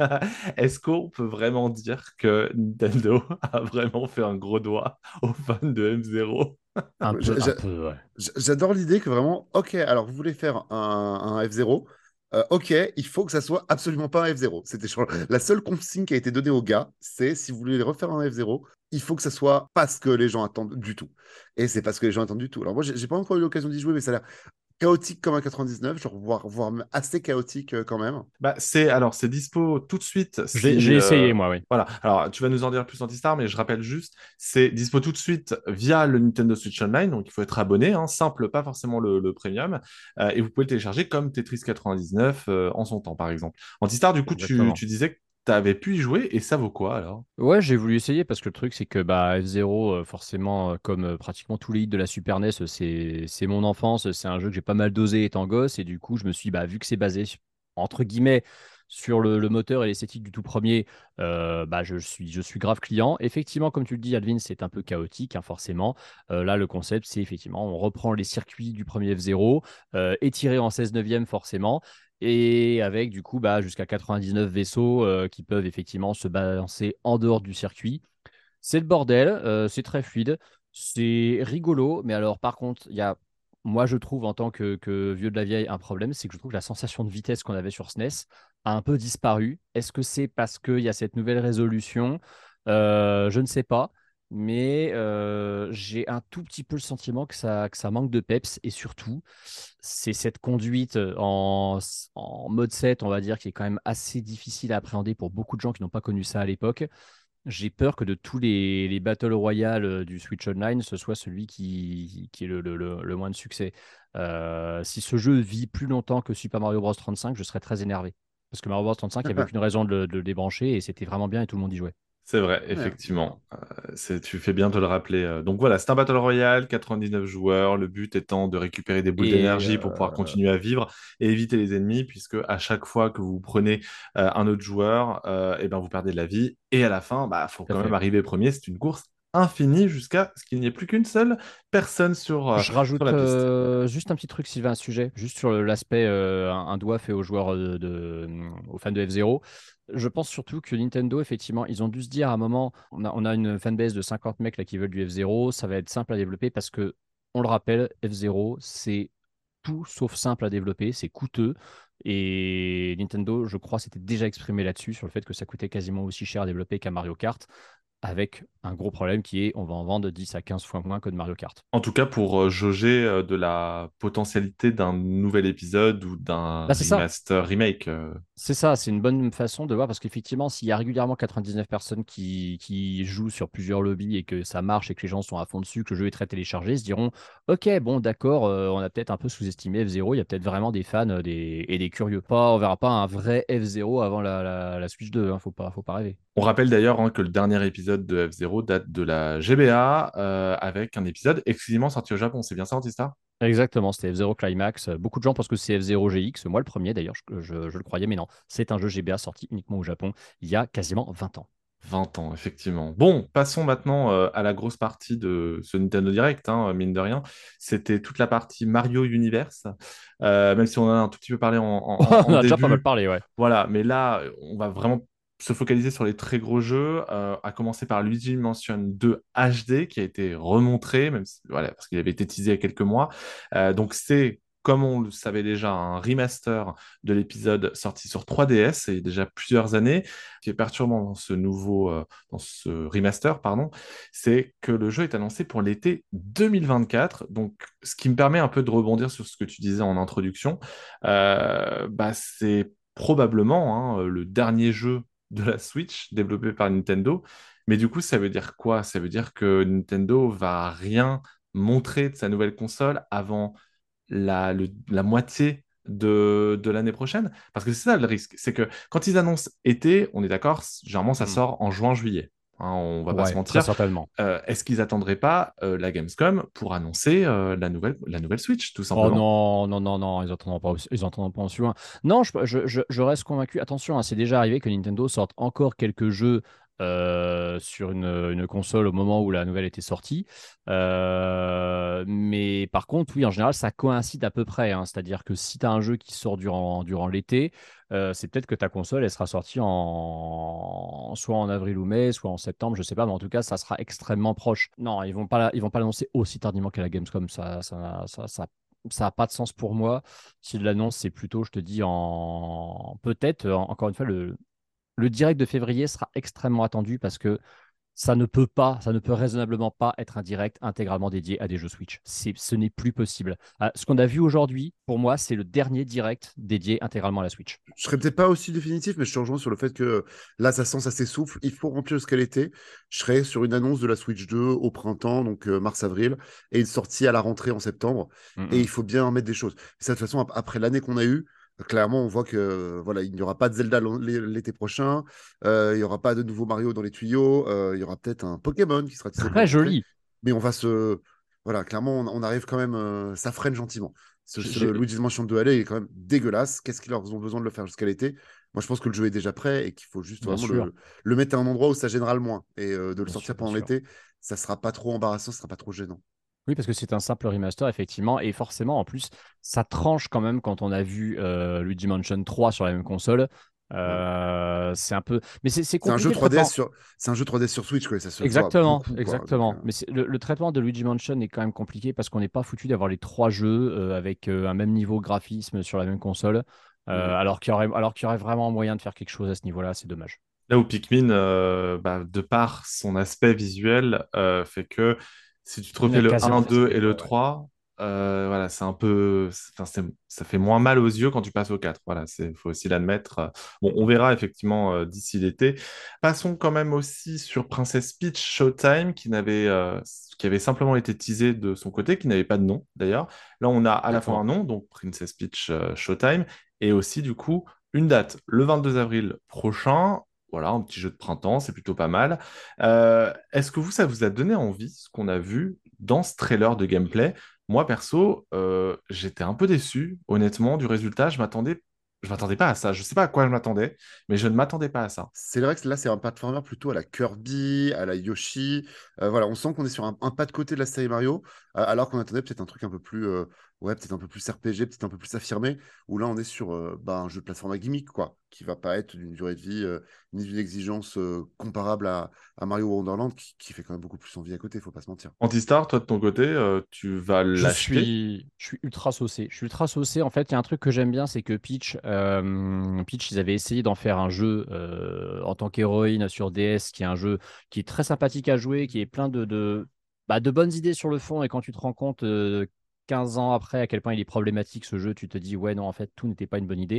Est-ce qu'on peut vraiment dire que Nintendo a vraiment fait un gros doigt aux fans de f zéro? Un peu, J'a- un j'a- peu, ouais. J'adore l'idée que vraiment, ok, alors vous voulez faire un, un F zéro, euh, ok, il faut que ça soit absolument pas un F zéro. C'était genre- la seule consigne qui a été donnée aux gars, c'est si vous voulez refaire un F zéro, il faut que ça soit pas ce que les gens attendent du tout. Et c'est pas ce que les gens attendent du tout. Alors moi, j'ai j'ai pas encore eu l'occasion d'y jouer, mais ça a l'air chaotique comme un quatre-vingt-dix-neuf, genre voire, voire même assez chaotique euh, quand même. Bah, c'est alors c'est dispo tout de suite J'ai si j'ai euh, essayé, moi, oui. voilà. Alors tu vas nous en dire plus anti-star, mais je rappelle juste, c'est dispo tout de suite via le Nintendo Switch Online, donc il faut être abonné, hein, simple, pas forcément le, le premium, euh, et vous pouvez le télécharger comme Tetris quatre-vingt-dix-neuf euh, en son temps, par exemple. Anti-star, du coup, tu, Exactement. tu disais que tu avais pu y jouer et ça vaut quoi alors? Ouais, j'ai voulu essayer parce que le truc, c'est que bah, F zéro, euh, forcément, euh, comme euh, pratiquement tous les hits de la Super N E S, euh, c'est c'est mon enfance. C'est un jeu que j'ai pas mal dosé étant gosse. Et du coup, je me suis dit, bah, vu que c'est basé, sur- entre guillemets, sur le, le moteur et l'esthétique du tout premier, euh, bah, je suis, je suis grave client. Effectivement, comme tu le dis, Alvin, c'est un peu chaotique, hein, forcément. Euh, là, le concept, c'est effectivement, on reprend les circuits du premier F zéro, euh, étirés en seize neuvième, forcément. Et avec du coup bah, jusqu'à quatre-vingt-dix-neuf vaisseaux euh, qui peuvent effectivement se balancer en dehors du circuit. C'est le bordel, euh, c'est très fluide, c'est rigolo, mais alors par contre, il y a, moi je trouve en tant que, que vieux de la vieille, un problème, c'est que je trouve que la sensation de vitesse qu'on avait sur S N E S a un peu disparu. Est-ce que c'est parce qu'il y a cette nouvelle résolution? Euh, Je ne sais pas. Mais euh, j'ai un tout petit peu le sentiment que ça, que ça manque de peps et surtout, c'est cette conduite en, en mode sept, on va dire, qui est quand même assez difficile à appréhender pour beaucoup de gens qui n'ont pas connu ça à l'époque. J'ai peur que de tous les, les Battle Royale euh, du Switch Online, ce soit celui qui, qui est le, le- le- le moins de succès. Euh, si ce jeu vit plus longtemps que Super Mario Bros. trente-cinq, je serais très énervé. Parce que Mario Bros. trente-cinq, il n'y avait aucune raison de le, de le débrancher et c'était vraiment bien et tout le monde y jouait. C'est vrai, Ouais. effectivement. Euh, c'est, tu fais bien de le rappeler. Euh, Donc voilà, c'est un Battle Royale, quatre-vingt-dix-neuf joueurs. Le but étant de récupérer des boules Et d'énergie pour pouvoir euh, continuer à vivre et éviter les ennemis, puisque à chaque fois que vous prenez euh, un autre joueur, euh, eh ben, vous perdez de la vie. Et à la fin, bah, faut tout à quand même fait. arriver premier. C'est une course infinie jusqu'à ce qu'il n'y ait plus qu'une seule personne sur, euh, Je sur rajoute la piste. euh, juste un petit truc, Sylvain, un sujet, juste sur le- l'aspect euh, un, un doigt fait aux joueurs de, de- aux fans de F zéro. Je pense surtout que Nintendo, effectivement, ils ont dû se dire à un moment, on a, on a une fanbase de cinquante mecs là, qui veulent du F zéro, ça va être simple à développer parce que, on le rappelle, F zéro, c'est tout sauf simple à développer, c'est coûteux. Et Nintendo, je crois, s'était déjà exprimé là-dessus, sur le fait que ça coûtait quasiment aussi cher à développer qu'un Mario Kart, avec un gros problème qui est on va en vendre dix à quinze fois moins que de Mario Kart. En tout cas, pour euh, jauger euh, de la potentialité d'un nouvel épisode ou d'un Bah, c'est ça. remaster remake. euh. C'est ça, c'est une bonne façon de voir parce qu'effectivement, s'il y a régulièrement quatre-vingt-dix-neuf personnes qui, qui jouent sur plusieurs lobbies et que ça marche et que les gens sont à fond dessus, que le jeu est très téléchargé, ils se diront ok, bon, d'accord, euh, on a peut-être un peu sous-estimé F zéro, il y a peut-être vraiment des fans euh, des... et des curieux. Pas, on verra pas un vrai F zéro avant la, la, la Switch deux, hein, faut pas, faut pas rêver. On rappelle d'ailleurs hein, que le dernier épisode de F zéro date de la G B A euh, avec un épisode exclusivement sorti au Japon. C'est bien ça, Antistar? Exactement, c'était F zéro Climax. Beaucoup de gens pensent que c'est F zéro G X, moi le premier d'ailleurs, je, je- je le croyais, mais non, c'est un jeu G B A sorti uniquement au Japon il y a quasiment vingt ans. vingt ans, effectivement. Bon, passons maintenant euh, à la grosse partie de ce Nintendo Direct, hein, mine de rien. C'était toute la partie Mario Universe, Euh, même si on en a un tout petit peu parlé en, en- On en a déjà pas mal début. parlé, ouais. Voilà, mais là, on va vraiment se focaliser sur les très gros jeux, euh, à commencer par Luigi Mansion deux H D, qui a été remontré, même si- voilà, parce qu'il avait été teasé il y a quelques mois. Euh, donc c'est, comme on le savait déjà, un remaster de l'épisode sorti sur trois D S, il y a déjà plusieurs années. Ce qui est perturbant dans ce nouveau, euh, dans ce remaster, pardon, c'est que le jeu est annoncé pour l'été deux mille vingt-quatre. Donc, ce qui me permet un peu de rebondir sur ce que tu disais en introduction, euh, bah, c'est probablement hein, le dernier jeu de la Switch développé par Nintendo. Mais du coup, ça veut dire quoi? Ça veut dire que Nintendo va rien montrer de sa nouvelle console avant la, le- la moitié de, de l'année prochaine. Parce que c'est ça le risque. C'est que quand ils annoncent été, on est d'accord, généralement ça Hmm. sort en juin-juillet. Hein, on va pas se Ouais, très mentir. certainement. Euh, est-ce qu'ils attendraient pas euh, la Gamescom pour annoncer euh, la nouvelle, la nouvelle Switch, tout Oh simplement? non, non, non, non, ils entendront pas, aussi- ils entendront pas aussi loin. Non, je, je- je- je reste convaincu. Attention, hein, c'est déjà arrivé que Nintendo sorte encore quelques jeux euh, sur une, une console au moment où la nouvelle était sortie. Euh, mais par contre, oui, en général, ça coïncide à peu près, hein. C'est-à-dire que si tu as un jeu qui sort durant, durant l'été, euh, c'est peut-être que ta console, elle sera sortie en, soit en avril ou mai, soit en septembre, je sais pas, mais en tout cas, ça sera extrêmement proche. Non, ils vont pas, la- ils vont pas l'annoncer aussi tardivement qu'à la Gamescom. Ça, ça, ça, ça ça n'a pas de sens pour moi. S'il l'annonce, c'est plutôt, je te dis, en peut-être, euh, encore une fois, le, le direct de février sera extrêmement attendu parce que ça ne peut pas, ça ne peut raisonnablement pas être un direct intégralement dédié à des jeux Switch. C'est, ce n'est plus possible. Ah, ce qu'on a vu aujourd'hui, pour moi, c'est le dernier direct dédié intégralement à la Switch. Je serais peut-être pas aussi définitif, mais je te rejoins sur le fait que euh, là, ça sent, ça s'essouffle. Il faut remplir jusqu'à l'été. Je serais sur une annonce de la Switch deux au printemps, donc euh, mars-avril, et une sortie à la rentrée en septembre. Et il Mm-mm. faut bien en mettre des choses. Et ça, de toute façon, ap- après l'année qu'on a eue, euh, clairement, on voit que euh, voilà, il n'y aura pas de Zelda l'an- l'é- l'été prochain. Euh, il n'y aura pas de nouveau Mario dans les tuyaux. Euh, il y aura peut-être un Pokémon qui sera teasé pour Très la rentrée. joli. Mais on va se. Voilà, clairement, on, on arrive quand même. Euh, ça freine gentiment. Ce, J'ai- ce j'ai- Luigi's Mansion deux L A est quand même dégueulasse. Qu'est-ce qu'ils leur ont besoin de le faire jusqu'à l'été? Moi, je pense que le jeu est déjà prêt et qu'il faut juste Bien vraiment sûr, le, le mettre à un endroit où ça gênera le moins. Et euh, de le bien sûr, sortir bien pendant sûr. l'été, ça sera pas trop embarrassant, ça sera pas trop gênant. Oui, parce que c'est un simple remaster, effectivement, et forcément, en plus, ça tranche quand même quand on a vu euh, Luigi Mansion trois sur la même console. Ouais. Euh, c'est un peu. Mais c'est c'est C'est un jeu compliqué le trois D S traitement. sur, c'est un jeu trois D S sur Switch, quoi, et ça se voit Exactement, beaucoup, quoi. Donc, exactement. euh, Mais c'est- le, le traitement de Luigi Mansion est quand même compliqué parce qu'on n'est pas foutu d'avoir les trois jeux euh, avec euh, un même niveau graphisme sur la même console, mm. euh, alors qu'il y aurait, alors qu'il y aurait vraiment moyen de faire quelque chose à ce niveau-là. C'est dommage. Là où Pikmin, euh, bah, de par son aspect visuel, euh, fait que si tu te Il refais n'a le quasiment un, fait ce deux qu'il et le voulait, ouais. trois, euh, voilà, c'est un peu, c'est- enfin, c'est- ça fait moins mal aux yeux quand tu passes au quatre. Voilà, c'est, faut aussi l'admettre. Bon, on verra effectivement euh, d'ici l'été. Passons quand même aussi sur Princess Peach Showtime, qui n'avait, euh, qui avait simplement été teasé de son côté, qui n'avait pas de nom d'ailleurs. Là, on a à la fois un Exactement. nom, donc Princess Peach euh, Showtime, et aussi du coup une date, le vingt-deux avril prochain. Voilà, un petit jeu de printemps, c'est plutôt pas mal. Euh, est-ce que vous, ça vous a donné envie, ce qu'on a vu dans ce trailer de gameplay? Moi, perso, euh, j'étais un peu déçu, honnêtement, du résultat. Je m'attendais, je m'attendais pas à ça. Je sais pas à quoi je m'attendais, mais je ne m'attendais pas à ça. C'est vrai que là, c'est un platformer plutôt à la Kirby, à la Yoshi. Euh, voilà, on sent qu'on est sur un, un pas de côté de la série Mario, euh, alors qu'on attendait peut-être un truc un peu plus, euh, ouais, peut-être un peu plus R P G, peut-être un peu plus affirmé, où là, on est sur euh, bah, un jeu de plateforme à gimmick, quoi, qui va pas être d'une durée de vie euh, ni d'une exigence euh, comparable à, à Mario Wonderland, qui, qui fait quand même beaucoup plus envie à côté, faut pas se mentir. Antistar, toi de ton côté, euh, tu vas Je l'acheter? suis, je suis ultra saucé. Je suis ultra saucé. En fait, il y a un truc que j'aime bien, c'est que Peach, euh, Peach, ils avaient essayé d'en faire un jeu euh, en tant qu'héroïne sur D S, qui est un jeu qui est très sympathique à jouer, qui est plein de, de, bah, de bonnes idées sur le fond. Et quand tu te rends compte euh, quinze ans après à quel point il est problématique ce jeu, tu te dis, ouais, non, en fait, tout n'était pas une bonne idée.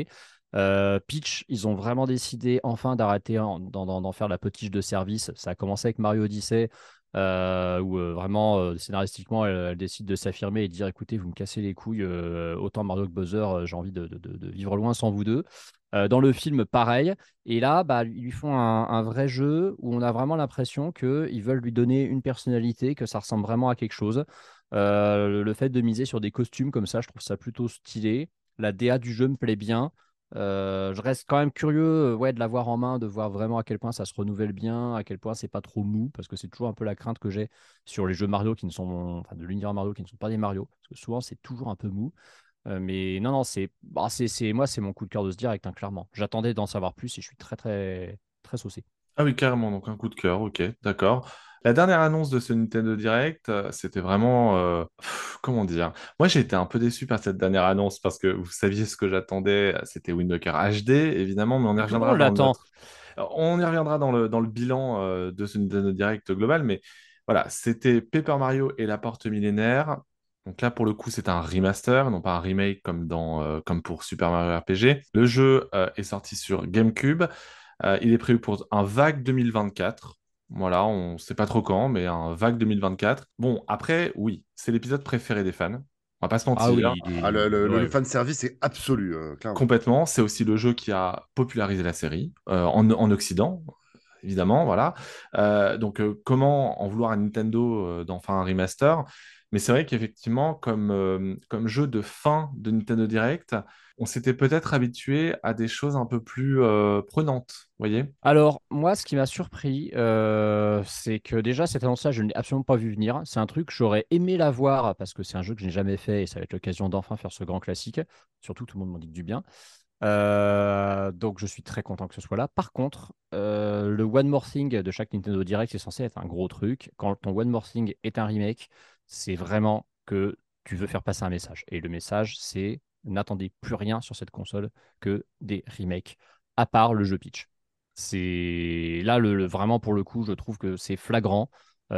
Euh, Peach, ils ont vraiment décidé enfin d'arrêter en- d'en d'en- d'en faire la potiche de service. Ça a commencé avec Mario Odyssey, euh, où euh, vraiment, euh, scénaristiquement, elle, elle décide de s'affirmer et de dire, écoutez, vous me cassez les couilles, euh, autant Mario que Bowser, euh, j'ai envie de, de- de- de vivre loin sans vous deux. Euh, dans le film, pareil. Et là, bah, ils lui font un, un vrai jeu où on a vraiment l'impression qu'ils veulent lui donner une personnalité, que ça ressemble vraiment à quelque chose. Euh, le fait de miser sur des costumes comme ça, je trouve ça plutôt stylé. La D A du jeu me plaît bien. Euh, je reste quand même curieux euh, ouais, de l'avoir en main, de voir vraiment à quel point ça se renouvelle bien, à quel point c'est pas trop mou, parce que c'est toujours un peu la crainte que j'ai sur les jeux Mario qui ne sont, enfin de l'univers Mario qui ne sont pas des Mario, parce que souvent c'est toujours un peu mou. Euh, mais non, non, c'est, bah, c'est, c'est, moi c'est mon coup de cœur de ce direct, hein, clairement. J'attendais d'en savoir plus et je suis très, très, très saucé. Ah oui, carrément, donc un coup de cœur, ok, d'accord. La dernière annonce de ce Nintendo Direct, euh, c'était vraiment... euh, pff, comment dire? Moi, j'ai été un peu déçu par cette dernière annonce parce que vous saviez ce que j'attendais, euh, c'était Wind Waker H D, évidemment, mais on y Mais tout le reviendra monde dans l'attend. notre... On y reviendra dans le, dans le bilan euh, de ce Nintendo Direct global, mais voilà, c'était Paper Mario et la Porte Millénaire. Donc là, pour le coup, c'est un remaster, non pas un remake comme, dans, euh, comme pour Super Mario R P G. Le jeu euh, est sorti sur GameCube. Euh, il est prévu pour un vague deux mille vingt-quatre. Voilà, on ne sait pas trop quand, mais un vague deux mille vingt-quatre. Bon, après, oui, c'est l'épisode préféré des fans. On va pas se Ah mentir. oui, il Ah, le, est... le, le- le ouais. fan service est absolu, euh, clairement. Complètement. C'est aussi le jeu qui a popularisé la série euh, en, en Occident, évidemment. Voilà. Euh, donc, euh, comment en vouloir à Nintendo euh, d'en faire un remaster? Mais c'est vrai qu'effectivement, comme, euh, comme jeu de fin de Nintendo Direct, on s'était peut-être habitué à des choses un peu plus euh, prenantes, vous voyez? Alors, moi, ce qui m'a surpris, euh, c'est que déjà, cette annonce-là, je ne l'ai absolument pas vu venir. C'est un truc que j'aurais aimé la voir parce que c'est un jeu que je n'ai jamais fait et ça va être l'occasion d'enfin faire ce grand classique. Surtout, tout le monde m'en dit que du bien. Euh, donc, je suis très content que ce soit là. Par contre, euh, le One More Thing de chaque Nintendo Direct est censé être un gros truc. Quand ton One More Thing est un remake, c'est vraiment que tu veux faire passer un message. Et le message, c'est n'attendez plus rien sur cette console que des remakes, à part le jeu Peach. C'est là le, le- vraiment pour le coup, je trouve que c'est flagrant.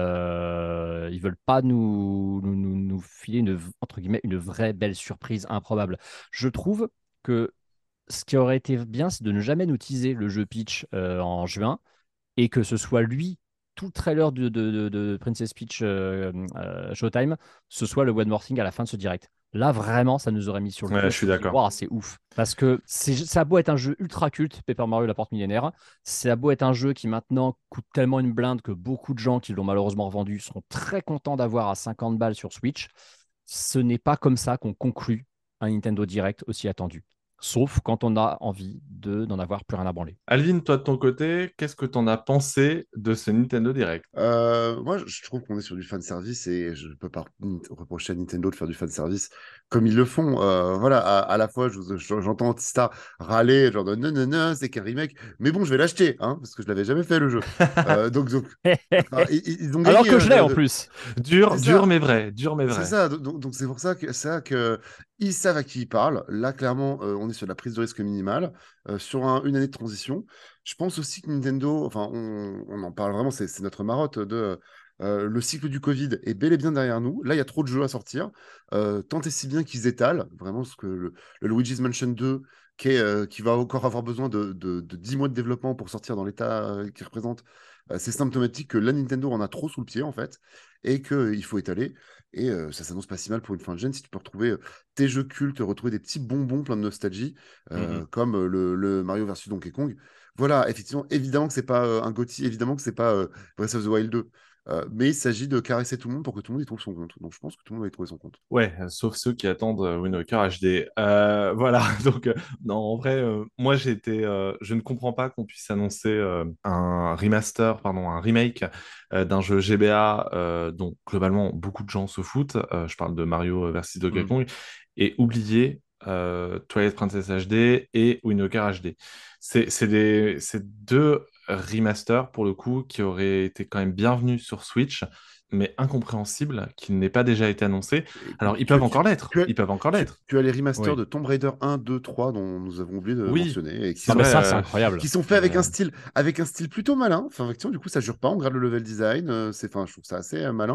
Euh, ils veulent pas nous, nous, nous- nous filer une, entre guillemets, une vraie belle surprise improbable. Je trouve que ce qui aurait été bien, c'est de ne jamais nous teaser le jeu Peach euh, en juin et que ce soit lui, tout le trailer de, de, de- de Princess Peach euh, euh, Showtime, ce soit le One More Thing à la fin de ce direct. Là, vraiment, ça nous aurait mis sur le Ouais, cul. je On suis s'est dit, d'accord. waouh, c'est ouf. Parce que c'est, ça a beau être un jeu ultra culte, Paper Mario La Porte Millénaire, ça a beau être un jeu qui maintenant coûte tellement une blinde que beaucoup de gens qui l'ont malheureusement revendu seront très contents d'avoir à cinquante balles sur Switch. Ce n'est pas comme ça qu'on conclut un Nintendo Direct aussi attendu. Sauf quand on a envie de n'en avoir plus rien à branler. Alvin, toi de ton côté, qu'est-ce que tu en as pensé de ce Nintendo Direct? Euh, moi, je trouve qu'on est sur du fan service et je ne peux pas reprocher à Nintendo de faire du fan service comme ils le font. Euh, voilà, à, à la fois, je vous- je- j'entends Antistar râler, genre de non, non, non, c'est qu'un remake. Mais bon, je vais l'acheter, hein, parce que je l'avais jamais fait le jeu. Euh, donc, donc, enfin, ils, ils ont Alors gagné. que Hein, je l'ai de- en de- plus. Dur, c'est dur ça. mais vrai, dur mais C'est vrai. ça, donc donc c'est pour ça que ça que ils savent à qui ils parlent. Là, clairement, euh, on est sur la prise de risque minimale, euh, sur un- une année de transition. Je pense aussi que Nintendo, enfin, on, on en parle vraiment, c'est c'est notre marotte de euh, le cycle du Covid est bel et bien derrière nous. Là, il y a trop de jeux à sortir, euh, tant et si bien qu'ils étalent vraiment ce que le, le Luigi's Mansion deux, qui, est, euh, qui va encore avoir besoin de, de, de dix mois de développement pour sortir dans l'état euh, qu'il représente. Euh, c'est symptomatique que la Nintendo en a trop sous le pied en fait, et qu'il faut étaler. Et euh, ça s'annonce pas si mal pour une fin de gen si tu peux retrouver euh, tes jeux cultes, retrouver des petits bonbons pleins de nostalgie, Mhm. euh, comme euh, le, le Mario versus Donkey Kong. Voilà, effectivement, évidemment que c'est pas euh, un GOTY, évidemment que c'est pas euh, Breath of the Wild deux. Euh, mais il s'agit de caresser tout le monde pour que tout le monde y trouve son compte. Donc je pense que tout le monde va y trouver son compte. Ouais, euh, sauf ceux qui attendent euh, Wind Waker H D. Euh, voilà, donc euh, non, en vrai, euh, moi j'ai été, euh, je ne comprends pas qu'on puisse annoncer euh, un remaster, pardon, un remake euh, d'un jeu G B A euh, dont globalement beaucoup de gens se foutent. Euh, je parle de Mario versus Donkey Mm. Kong et oublier euh, Twilight Princess H D et Wind Waker H D. C'est c'est des, c'est deux remasters pour le coup qui auraient été quand même bienvenus sur Switch mais incompréhensible qu'il n'ait pas déjà été annoncé. Alors, Écoute, ils tu, peuvent tu, encore l'être. tu as, Ils peuvent encore tu- l'être. tu as les remasters Oui. de Tomb Raider un, deux, trois dont nous avons oublié de Oui, mentionner et qui c'est Non, sont, mais vrai. ça, c'est euh, incroyable. qui sont faits avec un Euh, style, avec un style plutôt malin. Enfin, effectivement, du coup, ça jure pas. On regarde le level design. Euh, c'est, enfin, je trouve ça assez euh, malin.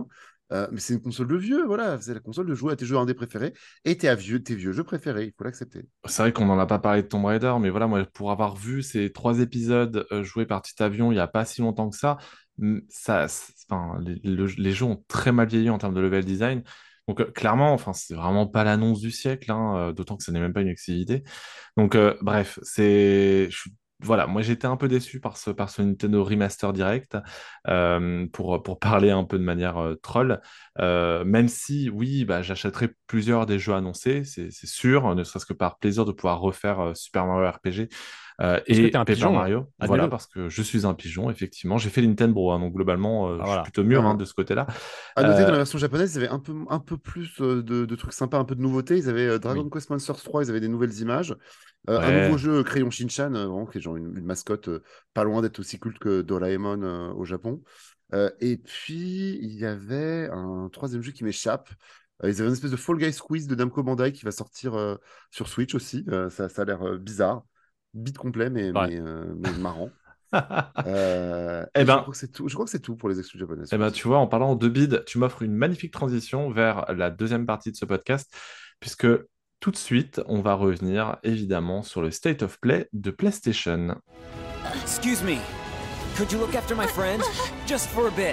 Euh, mais c'est une console de vieux, voilà. C'est la console de jouer à tes jeux indés préférés et tes, vieux, tes vieux jeux préférés. Il faut l'accepter. C'est vrai qu'on n'en a pas parlé de Tomb Raider, mais voilà, moi, pour avoir vu ces trois épisodes euh, joués par Petit Avion il n'y a pas si longtemps que ça, mm, ça, c'est- enfin, les, le- les jeux ont très mal vieilli en termes de level design. Donc, euh, clairement, enfin, c'est vraiment pas l'annonce du siècle, hein, euh, d'autant que ce n'est même pas une exclusivité. Donc, euh, bref, c'est. je suis- Voilà, moi j'étais un peu déçu par ce, par ce Nintendo Remaster Direct, euh, pour, pour parler un peu de manière euh, troll. Euh, même si, oui, bah, j'achèterai plusieurs des jeux annoncés, c'est c'est sûr, ne serait-ce que par plaisir de pouvoir refaire euh, Super Mario R P G euh, Parce que et t'es un Paper pigeon, Mario. Voilà, admets-le. parce que je suis un pigeon, effectivement. J'ai fait Nintendo, hein, donc globalement, euh, Ah, je suis voilà. plutôt mûr hein, Euh, de ce côté-là. À noter que dans Euh, la version japonaise, ils avaient un peu, un peu plus euh, de, de trucs sympas, un peu de nouveautés. Ils avaient euh, Dragon oui, Quest Monsters trois, ils avaient des nouvelles images. Euh, un nouveau ouais, jeu, Crayon Shinchan, euh, vraiment, qui est genre une, une mascotte euh, pas loin d'être aussi culte que Doraemon euh, au Japon. Euh, et puis, il y avait un troisième jeu qui m'échappe. Euh, ils avaient une espèce de Fall Guys Quiz de Namco Bandai qui va sortir euh, sur Switch aussi. Euh, ça, ça a l'air euh, bizarre. Bit complet, mais, Ouais. mais, euh, mais marrant. Euh, Eh et je ben, crois que c'est tout. Je crois que c'est tout pour les exclus japonaises, Eh je ben, pense. tu vois, en parlant de bid, tu m'offres une magnifique transition vers la deuxième partie de ce podcast, puisque tout de suite, on va revenir évidemment sur le State of Play de PlayStation. Excuse me. Could you look after my friend? Just for a bit.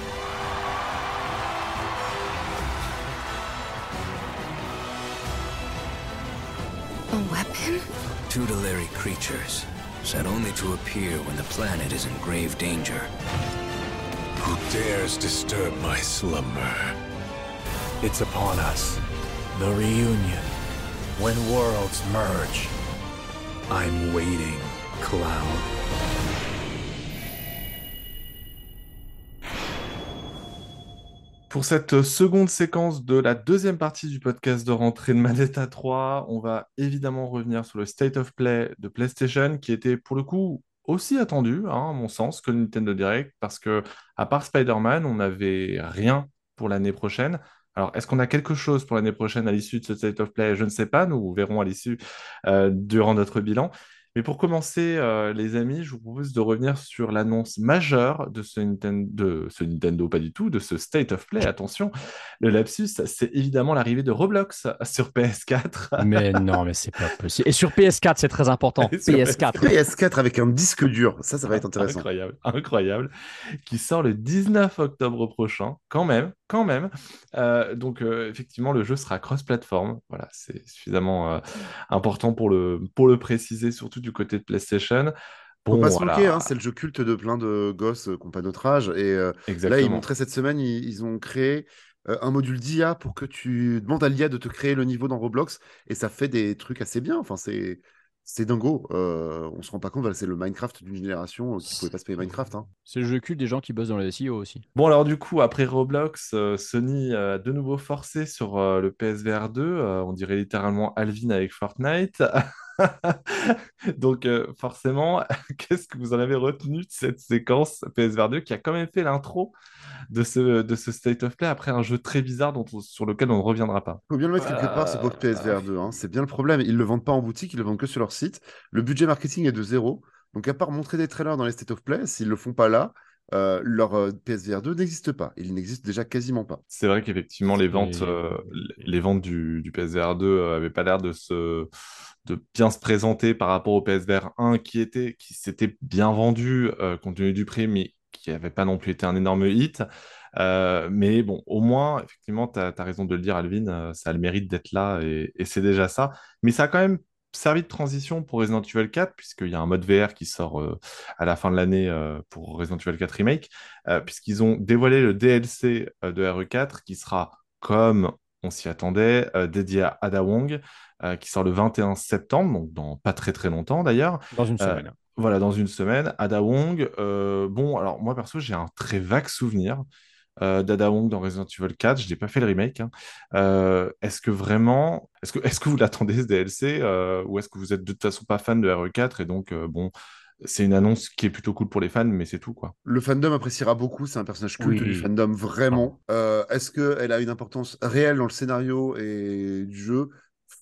A weapon? Tutelary creatures, said only to appear when the planet is in grave danger. Who dares disturb my slumber? It's upon us. The reunion. When worlds merge. I'm waiting, Cloud. Pour cette seconde séquence de la deuxième partie du podcast de rentrée de Manetta trois, on va évidemment revenir sur le State of Play de PlayStation, qui était pour le coup aussi attendu, hein, à mon sens, que le Nintendo Direct, parce que à part Spider-Man, on n'avait rien pour l'année prochaine. Alors, est-ce qu'on a quelque chose pour l'année prochaine à l'issue de ce State of Play? Je ne sais pas, nous verrons à l'issue euh, durant notre bilan. Mais pour commencer, euh, les amis, je vous propose de revenir sur l'annonce majeure de ce Nintendo, de ce Nintendo, pas du tout, de ce State of Play. Attention, le lapsus, c'est évidemment l'arrivée de Roblox sur P S quatre. Mais non, mais c'est pas possible. Et sur P S quatre, c'est très important. Sur P S quatre. P S quatre avec un disque dur, ça, ça va être intéressant. Incroyable, incroyable, qui sort le dix-neuf octobre prochain, quand même, quand même. Euh, donc, euh, effectivement, le jeu sera cross-platform. Voilà, c'est suffisamment euh, important pour le, pour le préciser, surtout du côté de PlayStation. Faut pas Bon, se moquer, hein, voilà, c'est le jeu culte de plein de gosses euh, qui n'ont pas notre âge. Et euh, là, ils exactement. montraient cette semaine, ils, ils ont créé euh, un module d'I A pour que tu demandes à l'I A de te créer le niveau dans Roblox. Et ça fait des trucs assez bien. Enfin, c'est c'est dingo. Euh, on se rend pas compte, voilà, c'est le Minecraft d'une génération euh, qui pouvait pas se payer Minecraft, hein. C'est le jeu cul des gens qui bossent dans le S E O aussi. Bon, alors du coup, après Roblox, euh, Sony a de nouveau forcé sur euh, le P S V R deux. Euh, on dirait littéralement Alvin avec Fortnite. Donc, euh, forcément, qu'est-ce que vous en avez retenu de cette séquence P S V R deux qui a quand même fait l'intro de ce, de ce State of Play après un jeu très bizarre dont on- sur lequel on ne reviendra pas? Faut bien le mettre quelque part, ce Euh, pauvre P S V R deux, hein. C'est bien le problème. Ils le vendent pas en boutique, ils le vendent que sur leur site. Le budget marketing est de zéro. Donc, à part montrer des trailers dans les State of Play, s'ils le font pas là, euh, leur euh, P S V R deux n'existe pas. Il n'existe déjà quasiment pas. C'est vrai qu'effectivement, les ventes, Et... euh, les ventes du, du P S V R deux euh, avaient pas l'air de se, de bien se présenter par rapport au P S V R un qui était, qui s'était bien vendu euh, compte tenu du prix, mais qui n'avait pas non plus été un énorme hit. Euh, mais bon, au moins, effectivement, tu as raison de le dire, Alvin, euh, ça a le mérite d'être là et, et c'est déjà ça. Mais ça a quand même servi de transition pour Resident Evil quatre, puisqu'il y a un mode V R qui sort euh, à la fin de l'année euh, pour Resident Evil quatre Remake, euh, puisqu'ils ont dévoilé le D L C euh, de R E quatre qui sera, comme on s'y attendait, euh, dédié à Ada Wong, euh, qui sort le vingt et un septembre, donc dans pas très très longtemps d'ailleurs. Dans une Euh, semaine. voilà, dans une semaine. Ada Wong, euh, bon, alors moi perso, j'ai un très vague souvenir euh, d'Ada Wong dans Resident Evil quatre. Je n'ai pas fait le remake, hein. Euh, est-ce que vraiment, est-ce que, est-ce que vous l'attendez ce D L C euh, ou est-ce que vous êtes de toute façon pas fan de R E quatre et donc, euh, bon, c'est une annonce qui est plutôt cool pour les fans, mais c'est tout, quoi. Le fandom appréciera beaucoup, c'est un personnage culte du Oui. fandom, Clairement. vraiment. Euh, est-ce qu'elle a une importance réelle dans le scénario et du jeu?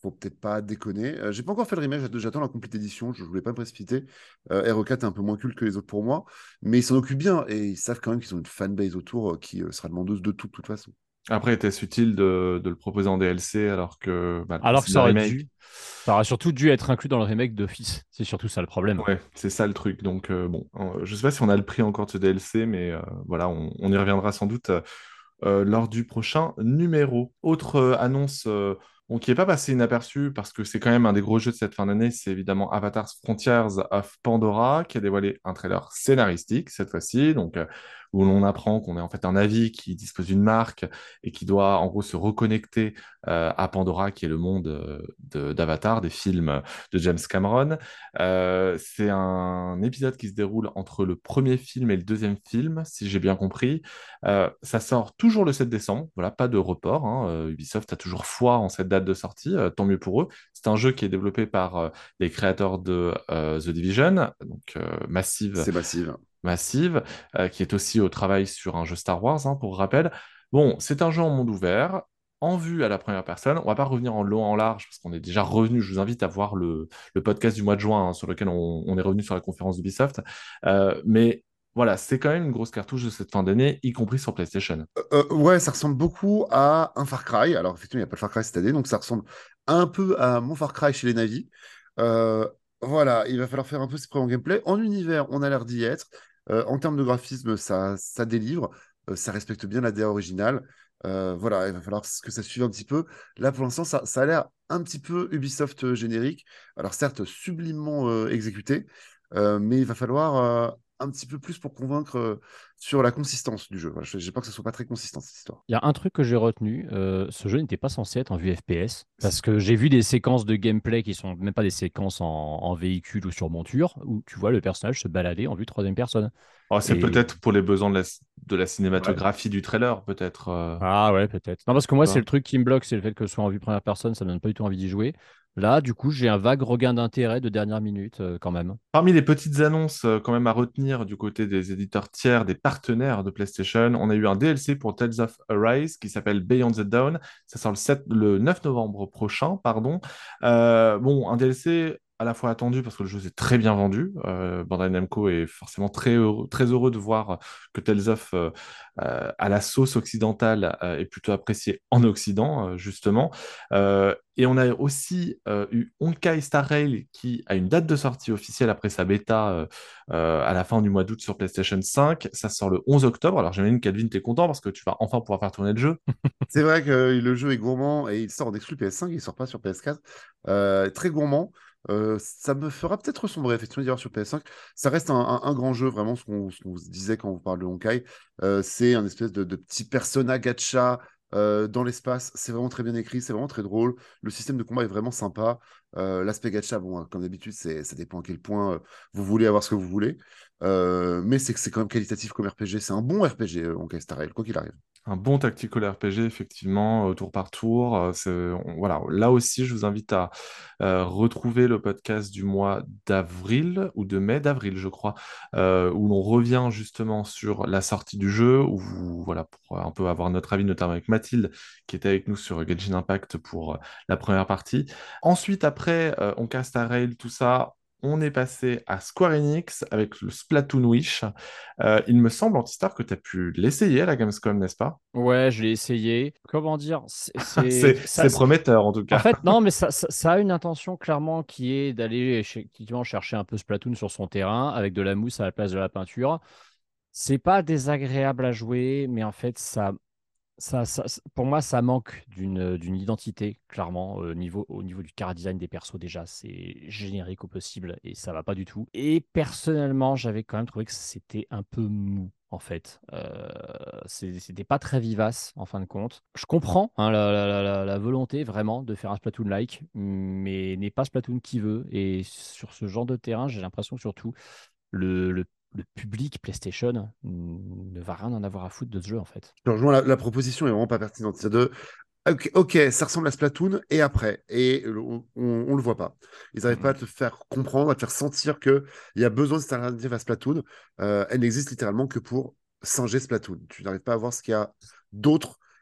faut peut-être pas déconner. Euh, j'ai pas encore fait le remake, j'attends la complète édition, je, je voulais pas me précipiter. Euh, R E quatre est un peu moins culte que les autres pour moi, mais ils s'en occupent bien et ils savent quand même qu'ils ont une fanbase autour euh, qui euh, sera demandeuse de tout de toute façon. Après, était-ce utile de, de le proposer en D L C alors que bah, le Alors que principe ça d'un aurait remake, dû, ça aurait surtout dû être inclus dans le remake d'Office. C'est surtout ça le problème. ouais, c'est ça le truc. Donc, euh, bon, euh, je sais pas si on a le prix encore de ce D L C, mais euh, voilà, on, on y reviendra sans doute euh, lors du prochain numéro. Autre euh, annonce euh, bon, qui n'est pas passée inaperçue parce que c'est quand même un des gros jeux de cette fin d'année, c'est évidemment Avatar Frontiers of Pandora qui a dévoilé un trailer scénaristique cette fois-ci, donc euh, où l'on apprend qu'on est en fait un navire qui dispose d'une marque et qui doit en gros se reconnecter euh, à Pandora, qui est le monde euh, de- d'Avatar, des films de James Cameron. Euh, c'est un épisode qui se déroule entre le premier film et le deuxième film, si j'ai bien compris. Euh, ça sort toujours le sept décembre, voilà, pas de report, hein. Euh, Ubisoft a toujours foi en cette date de sortie, euh, tant mieux pour eux. C'est un jeu qui est développé par euh, les créateurs de euh, The Division, donc euh, Massive, C'est massive. Massive euh, qui est aussi au travail sur un jeu Star Wars, hein, pour rappel. Bon, c'est un jeu en monde ouvert, en vue à la première personne. On va pas revenir en long en large parce qu'on est déjà revenu. Je vous invite à voir le, le podcast du mois de juin, hein, sur lequel on, on est revenu sur la conférence d'Ubisoft. Euh, mais voilà, c'est quand même une grosse cartouche de cette fin d'année, y compris sur PlayStation. Euh, ouais, ça ressemble beaucoup à un Far Cry. Alors, effectivement, il n'y a pas de Far Cry cette année, donc ça ressemble un peu à mon Far Cry chez les Navis. Euh, voilà, il va falloir faire un peu ses preuves en gameplay. En univers, on a l'air d'y être. Euh, en termes de graphisme, ça, ça délivre. Euh, ça respecte bien la D A originale. Euh, voilà, il va falloir que ça suive un petit peu. Là, pour l'instant, ça, ça a l'air un petit peu Ubisoft euh, générique. Alors, certes, sublimement euh, exécuté, euh, mais il va falloir euh, un petit peu plus pour convaincre euh, sur la consistance du jeu. Voilà, je j'ai peur que ce soit pas très consistant, cette histoire. Il y a un truc que j'ai retenu, euh, ce jeu n'était pas censé être en vue F P S, parce que j'ai vu des séquences de gameplay qui sont même pas des séquences en, en véhicule ou sur monture, où tu vois le personnage se balader en vue troisième personne. Oh, c'est Et peut-être pour les besoins de la, de la Ouais. cinématographie du trailer, peut-être. euh, ah ouais, peut-être. Non, parce que moi, tu c'est vois. le truc qui me bloque, c'est le fait que ce soit en vue première personne, ça me donne pas du tout envie d'y jouer. Là, du coup, j'ai un vague regain d'intérêt de dernière minute, euh, quand même. Parmi les petites annonces euh, quand même à retenir du côté des éditeurs tiers, des partenaires de PlayStation, on a eu un D L C pour Tales of Arise qui s'appelle Beyond the Dawn. Ça sort le, sept le neuf novembre prochain, pardon. Euh, bon, un D L C à la fois attendu parce que le jeu s'est très bien vendu. Euh, Bandai Namco est forcément très heureux, très heureux de voir que Tales of, euh, euh, à la sauce occidentale, euh, est plutôt apprécié en Occident, euh, justement. Euh, et on a aussi euh, eu Honkai Star Rail qui a une date de sortie officielle après sa bêta euh, euh, à la fin du mois d'août sur PlayStation cinq. Ça sort le onze octobre. Alors j'imagine qu'Alvin, t'es content parce que tu vas enfin pouvoir faire tourner le jeu. C'est vrai que euh, le jeu est gourmand et il sort en exclu P S cinq, il sort pas sur P S quatre. Euh, très gourmand. Euh, ça me fera peut-être sombrer, effectivement, d'y avoir sur P S cinq. Ça reste un, un- un grand jeu, vraiment, ce qu'on ce qu'on se disait quand on parle de Honkai. Euh, c'est un espèce de, de petit persona gacha euh, dans l'espace. C'est vraiment très bien écrit, c'est vraiment très drôle. Le système de combat est vraiment sympa. Euh, l'aspect gacha, bon, hein, comme d'habitude, c'est, ça dépend à quel point euh, vous voulez avoir ce que vous voulez. Euh, mais c'est que c'est quand même qualitatif comme R P G. C'est un bon R P G, euh, Honkai Star Rail, quoi qu'il arrive. Un bon tactical R P G, effectivement, euh, tour par tour. Euh, c'est- on- voilà. Là aussi, je vous invite à euh, retrouver le podcast du mois d'avril ou de mai, d'avril, je crois, euh, où l'on revient justement sur la sortie du jeu, où vous, voilà, pour un peu avoir notre avis, notamment avec Mathilde, qui était avec nous sur Genshin Impact pour euh, la première partie. Ensuite, après, euh, on casse ta rail, tout ça. On est passé à Square Enix avec le Splatoon Wish. Euh, il me semble, Antistar, que tu as pu l'essayer à la Gamescom, n'est-ce pas? Ouais, je l'ai essayé. Comment dire? C'est, c'est- C'est ça, c'est prometteur en tout En cas. fait, non, mais ça, ça- ça a une intention clairement qui est d'aller effectivement chercher un peu Splatoon sur son terrain avec de la mousse à la place de la peinture. C'est pas désagréable à jouer, mais en fait, ça, ça, ça- pour moi, ça manque d'une d'une identité, clairement, au niveau, au niveau du chara design des persos déjà. C'est générique au possible et ça va pas du tout. Et personnellement, j'avais quand même trouvé que c'était un peu mou. En fait, Euh, c'est- c'était pas très vivace en fin de compte. Je comprends, hein, la, la- la- la- la volonté vraiment de faire un Splatoon-like, mais n'est pas Splatoon qui veut. Et sur ce genre de terrain, j'ai l'impression que surtout le, le- le public PlayStation mm, ne va rien en avoir à foutre de ce jeu en fait. Je rejoins la, la proposition est vraiment pas pertinente. C'est de Ok, ok, ça ressemble à Splatoon, et après, et le- on, on, on le voit pas. Ils n'arrivent pas à te faire comprendre, à te faire sentir qu'il y a besoin de cette alternative à Splatoon. Euh, elle n'existe littéralement que pour singer Splatoon. Tu n'arrives pas à voir ce qu'il y a d'autre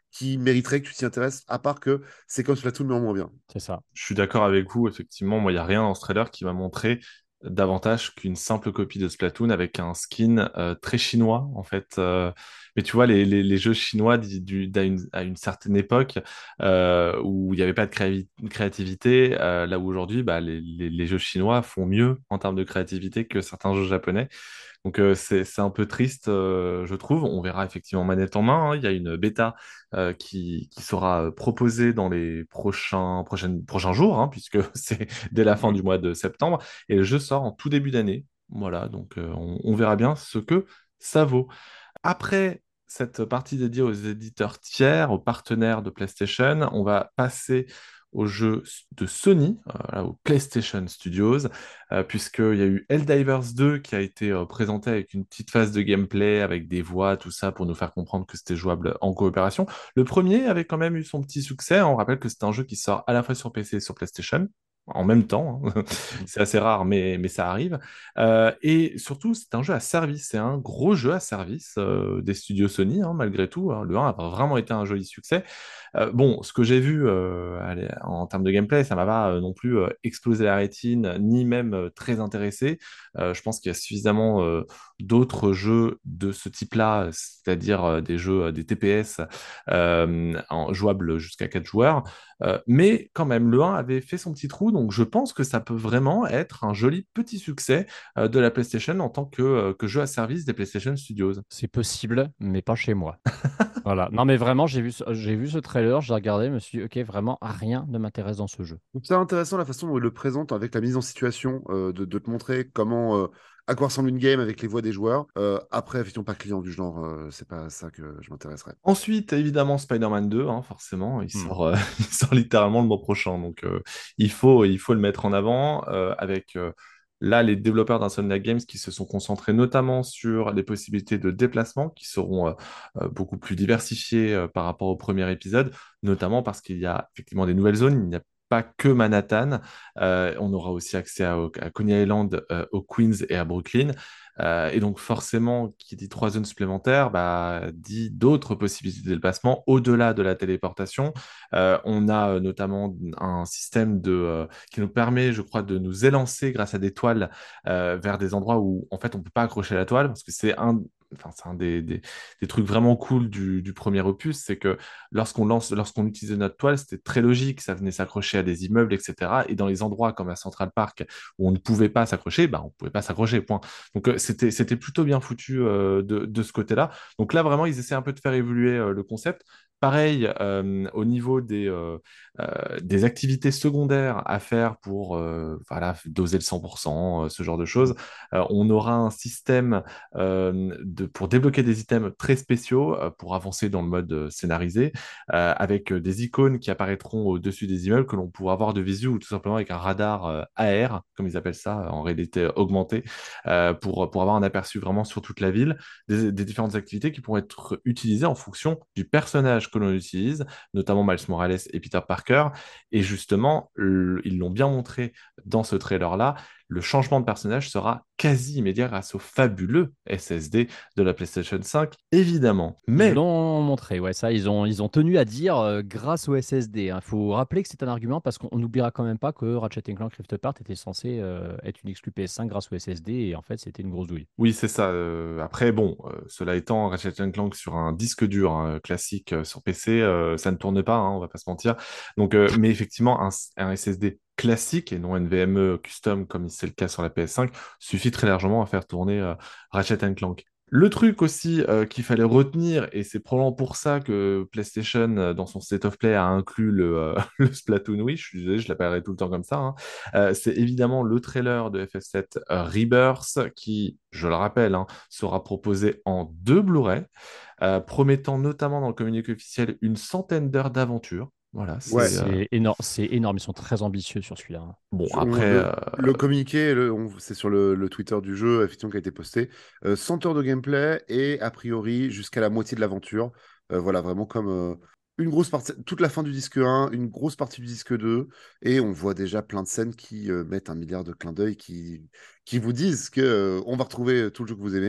qui mériterait que tu t'y intéresses, à part que c'est comme Splatoon, mais en moins bien. C'est ça. Je suis d'accord avec vous, effectivement. Moi, il n'y a rien dans ce trailer qui m'a montré davantage qu'une simple copie de Splatoon avec un skin euh, très chinois, en fait. Euh, mais tu vois, les, les, les jeux chinois du, du- d'à une, à une certaine époque euh, où il n'y avait pas de créavi- créativité, euh, là où aujourd'hui, bah, les, les, les jeux chinois font mieux en termes de créativité que certains jeux japonais. Donc euh, c'est c'est un peu triste, euh, je trouve. On verra effectivement manette en main, hein. Il y a une bêta euh, qui, qui sera euh, proposée dans les prochains, prochaines, prochains jours, hein, puisque c'est dès la fin du mois de septembre. Et le jeu sort en tout début d'année. Voilà, donc euh, on, on verra bien ce que ça vaut. Après cette partie dédiée aux éditeurs tiers, aux partenaires de PlayStation, on va passer aux jeux de Sony, euh, voilà, aux PlayStation Studios, euh, puisqu'il y a eu Helldivers deux qui a été euh, présenté avec une petite phase de gameplay, avec des voix, tout ça, pour nous faire comprendre que c'était jouable en coopération. Le premier avait quand même eu son petit succès. On rappelle que c'est un jeu qui sort à la fois sur P C et sur PlayStation. En même temps, hein. C'est assez rare, mais, mais ça arrive. Euh, et surtout, c'est un jeu à service, c'est un gros jeu à service euh, des studios Sony, hein, malgré tout, hein. Le un a vraiment été un joli succès. Euh, bon, ce que j'ai vu euh, allez, en termes de gameplay, ça m'a pas euh, non plus euh, explosé la rétine, ni même euh, très intéressé. Euh, je pense qu'il y a suffisamment euh, d'autres jeux de ce type-là, c'est-à-dire euh, des jeux, euh, des T P S euh, en, jouables jusqu'à quatre joueurs. Euh, mais quand même, le un avait fait son petit trou, donc je pense que ça peut vraiment être un joli petit succès euh, de la PlayStation en tant que, euh, que jeu à service des PlayStation Studios. C'est possible, mais pas chez moi. Voilà. Non, mais vraiment, j'ai vu, ce- j'ai vu ce trailer, j'ai regardé, je me suis dit, ok, vraiment, rien ne m'intéresse dans ce jeu. Donc c'est intéressant la façon dont il le présente avec la mise en situation, euh, de, de te montrer comment, euh, à quoi ressemble une game avec les voix des joueurs. Euh, après, effectivement, pas client du genre, euh, c'est pas ça que je m'intéresserais. Ensuite, évidemment, Spider-Man deux, hein, forcément, il Hmm. sort, euh, il sort littéralement le mois prochain, donc euh, il faut, il faut le mettre en avant euh, avec euh, là les développeurs d'Insomniac Games qui se sont concentrés notamment sur les possibilités de déplacement qui seront euh, euh, beaucoup plus diversifiées euh, par rapport au premier épisode, notamment parce qu'il y a effectivement des nouvelles zones, il n'y a pas que Manhattan, euh, on aura aussi accès à, à Coney Island, euh, au Queens et à Brooklyn. Euh, et donc forcément, qui dit trois zones supplémentaires, bah, dit d'autres possibilités de déplacement au-delà de la téléportation. Euh, on a euh, notamment un système de, euh, qui nous permet, je crois, de nous élancer grâce à des toiles euh, vers des endroits où en fait on ne peut pas accrocher la toile, parce que c'est un, enfin, c'est un des, des, des trucs vraiment cool du, du premier opus, c'est que lorsqu'on lance, lorsqu'on utilisait notre toile, c'était très logique, ça venait s'accrocher à des immeubles, et cetera. Et dans les endroits comme à Central Park où on ne pouvait pas s'accrocher, bah, on ne pouvait pas s'accrocher, point. Donc euh, c'était c'était plutôt bien foutu euh, de, de ce côté-là. Donc là, vraiment, ils essaient un peu de faire évoluer euh, le concept. Pareil, euh, au niveau des, euh, euh, des activités secondaires à faire pour euh, voilà, doser le cent pour cent, euh, ce genre de choses. Euh, on aura un système euh, de, pour débloquer des items très spéciaux, euh, pour avancer dans le mode euh, scénarisé, euh, avec euh, des icônes qui apparaîtront au-dessus des immeubles que l'on pourra voir de visu ou tout simplement avec un radar euh, A R, comme ils appellent ça, en réalité augmentée, euh, pour, pour avoir un aperçu vraiment sur toute la ville, des, des différentes activités qui pourront être utilisées en fonction du personnage que l'on utilise, notamment Miles Morales et Peter Parker. Et justement, le- ils l'ont bien montré dans ce trailer-là, le changement de personnage sera quasi immédiat grâce au fabuleux S S D de la PlayStation cinq, évidemment. Ils Mais l'ont montré, ouais, ça, ils ont, ils ont tenu à dire euh, grâce au S S D. Il faut rappeler que c'est un argument parce qu'on n'oubliera quand même pas que Ratchet and Clank Rift Apart était censé euh, être une exclu P S cinq grâce au S S D et en fait, c'était une grosse douille. oui, c'est ça. Euh, après, bon, euh, cela étant, Ratchet and Clank sur un disque dur hein, classique euh, sur P C, euh, ça ne tourne pas, hein, on va pas se mentir. Donc, euh, mais effectivement, un, un S S D classique et non N V M e custom comme c'est le cas sur la P S cinq suffit très largement à faire tourner euh, Ratchet and Clank. Le truc aussi euh, qu'il fallait retenir, et c'est probablement pour ça que PlayStation, euh, dans son State of Play, a inclus le, euh, le Splatoon, oui, je suis désolé, je l'appellerai tout le temps comme ça, hein. Euh, c'est évidemment le trailer de F F sept euh, Rebirth qui, je le rappelle, hein, sera proposé en deux Blu-ray, euh, promettant notamment dans le communiqué officiel une centaine d'heures d'aventure. Voilà, Ouais. c'est euh, C'est énorme, c'est énorme, ils sont très ambitieux sur celui-là, hein. bon. Sur- on- Après, euh, le, le communiqué, le- on- c'est sur le, le Twitter du jeu, effectivement, qui a été posté. Euh, cent heures de gameplay et a priori jusqu'à la moitié de l'aventure. Euh, voilà, vraiment comme euh, une grosse partie, toute la fin du disque un, une grosse partie du disque deux. Et on voit déjà plein de scènes qui euh, mettent un milliard de clins d'œil, qui, qui vous disent que euh, on va retrouver tout le jeu que vous aimez.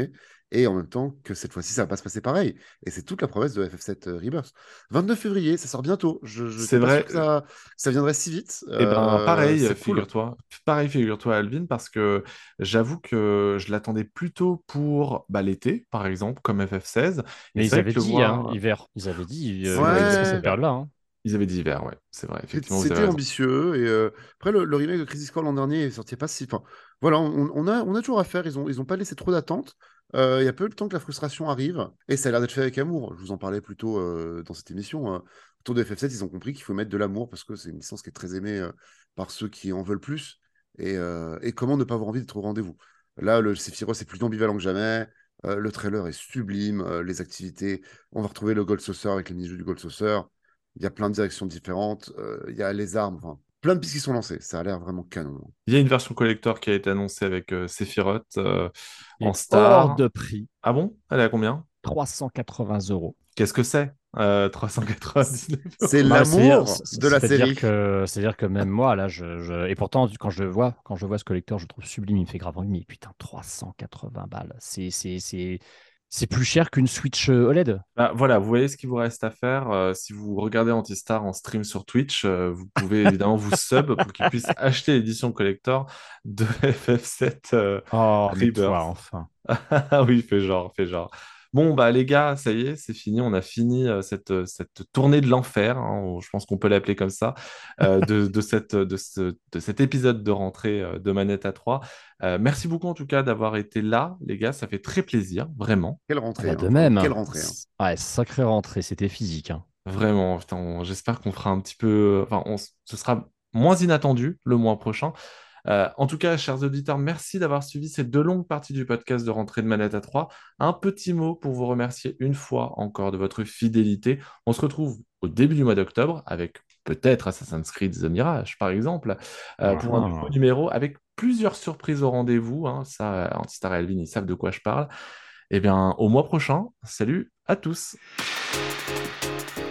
et en même temps que cette fois-ci, ça va pas se passer pareil. Et c'est toute la promesse de F F sept euh, Rebirth. vingt-neuf février, ça sort bientôt. Je C'est n'étais pas sûr vrai. que ça, que ça viendrait si vite. Eh ben, Euh, pareil, c'est cool. figure-toi. Pareil, figure-toi, Alvin, parce que j'avoue que je l'attendais plutôt pour bah, l'été, par exemple, comme F F seize. Et Mais c'est ils vrai avaient que dit, hein, voir. hiver. Ils avaient dit, C'est euh, vrai, ouais, ils ce avaient serait dit cette hiver. période-là. Hein. Ils avaient dit hiver, ouais. C'est vrai, C'est- effectivement, vous avez C'était raison. ambitieux. Et euh, après, le, le remake de Crisis Core l'an dernier est sorti pas si. Enfin, voilà, on, on a, on a toujours à faire. Ils ont, ils ont pas laissé trop d'attentes. Euh, Il y a peu le temps que la frustration arrive. Et ça a l'air d'être fait avec amour. Je vous en parlais plus tôt euh, dans cette émission. hein. Autour de F F sept, ils ont compris qu'il faut mettre de l'amour parce que c'est une licence qui est très aimée euh, par ceux qui en veulent plus. Et, euh, et comment ne pas avoir envie d'être au rendez-vous. Là, le Sephiroth est plus ambivalent que jamais. Euh, le trailer est sublime. Euh, les activités. On va retrouver le Gold Saucer avec les mini-jeux du Gold Saucer. Il y a plein de directions différentes. euh, Il y a les armes. Enfin, plein de pistes qui sont lancées. Ça a l'air vraiment canon. Il y a une version collector qui a été annoncée avec euh, Sephiroth euh, en Et hors star. de prix, Ah bon? Elle est à combien? trois cent quatre-vingts euros. Qu'est-ce que c'est? Euh, trois cent quatre-vingt-dix-neuf C'est euros. Non, mais c'est-à-dire, l'amour c'est- de la c'est-à-dire série. que, c'est-à-dire que même moi, là, je, je- et pourtant, quand je le vois, quand je vois ce collector, je le trouve sublime, il me fait grave envie, mais putain, trois cent quatre-vingts balles. C'est, c'est, c'est, c'est plus cher qu'une Switch euh, O L E D. Bah, voilà, vous voyez ce qu'il vous reste à faire. Euh, si vous regardez Antistar en stream sur Twitch, euh, vous pouvez évidemment vous sub pour qu'il puisse acheter l'édition collector de F F sept euh, Oh, mais toi, Rebirth. enfin. Ah oui, fais genre, fais genre. Bon, bah les gars, ça y est, c'est fini. On a fini euh, cette, euh, cette tournée de l'enfer, hein, on- je pense qu'on peut l'appeler comme ça, euh, de, de, cette, de, ce- de cet épisode de rentrée euh, de Manette à trois. Euh, merci beaucoup en tout cas d'avoir été là, les gars. Ça fait très plaisir, vraiment. Quelle Ah rentrée, bah, hein, de vraiment, même. quelle Hein. rentrée. hein. S- Ouais, sacrée rentrée, c'était physique. Hein. Vraiment. Putain, on- j'espère qu'on fera un petit peu. Enfin, on s- ce sera moins inattendu le mois prochain. Euh, en tout cas, chers auditeurs, merci d'avoir suivi ces deux longues parties du podcast de rentrée de Manette à trois. Un petit mot pour vous remercier une fois encore de votre fidélité. On se retrouve au début du mois d'octobre avec peut-être Assassin's Creed The Mirage, par exemple, euh, pour un nouveau Ah. numéro avec plusieurs surprises au rendez-vous. hein. Ça, euh, Antistar et Alvin, ils savent de quoi je parle. Eh bien, au mois prochain. Salut à tous.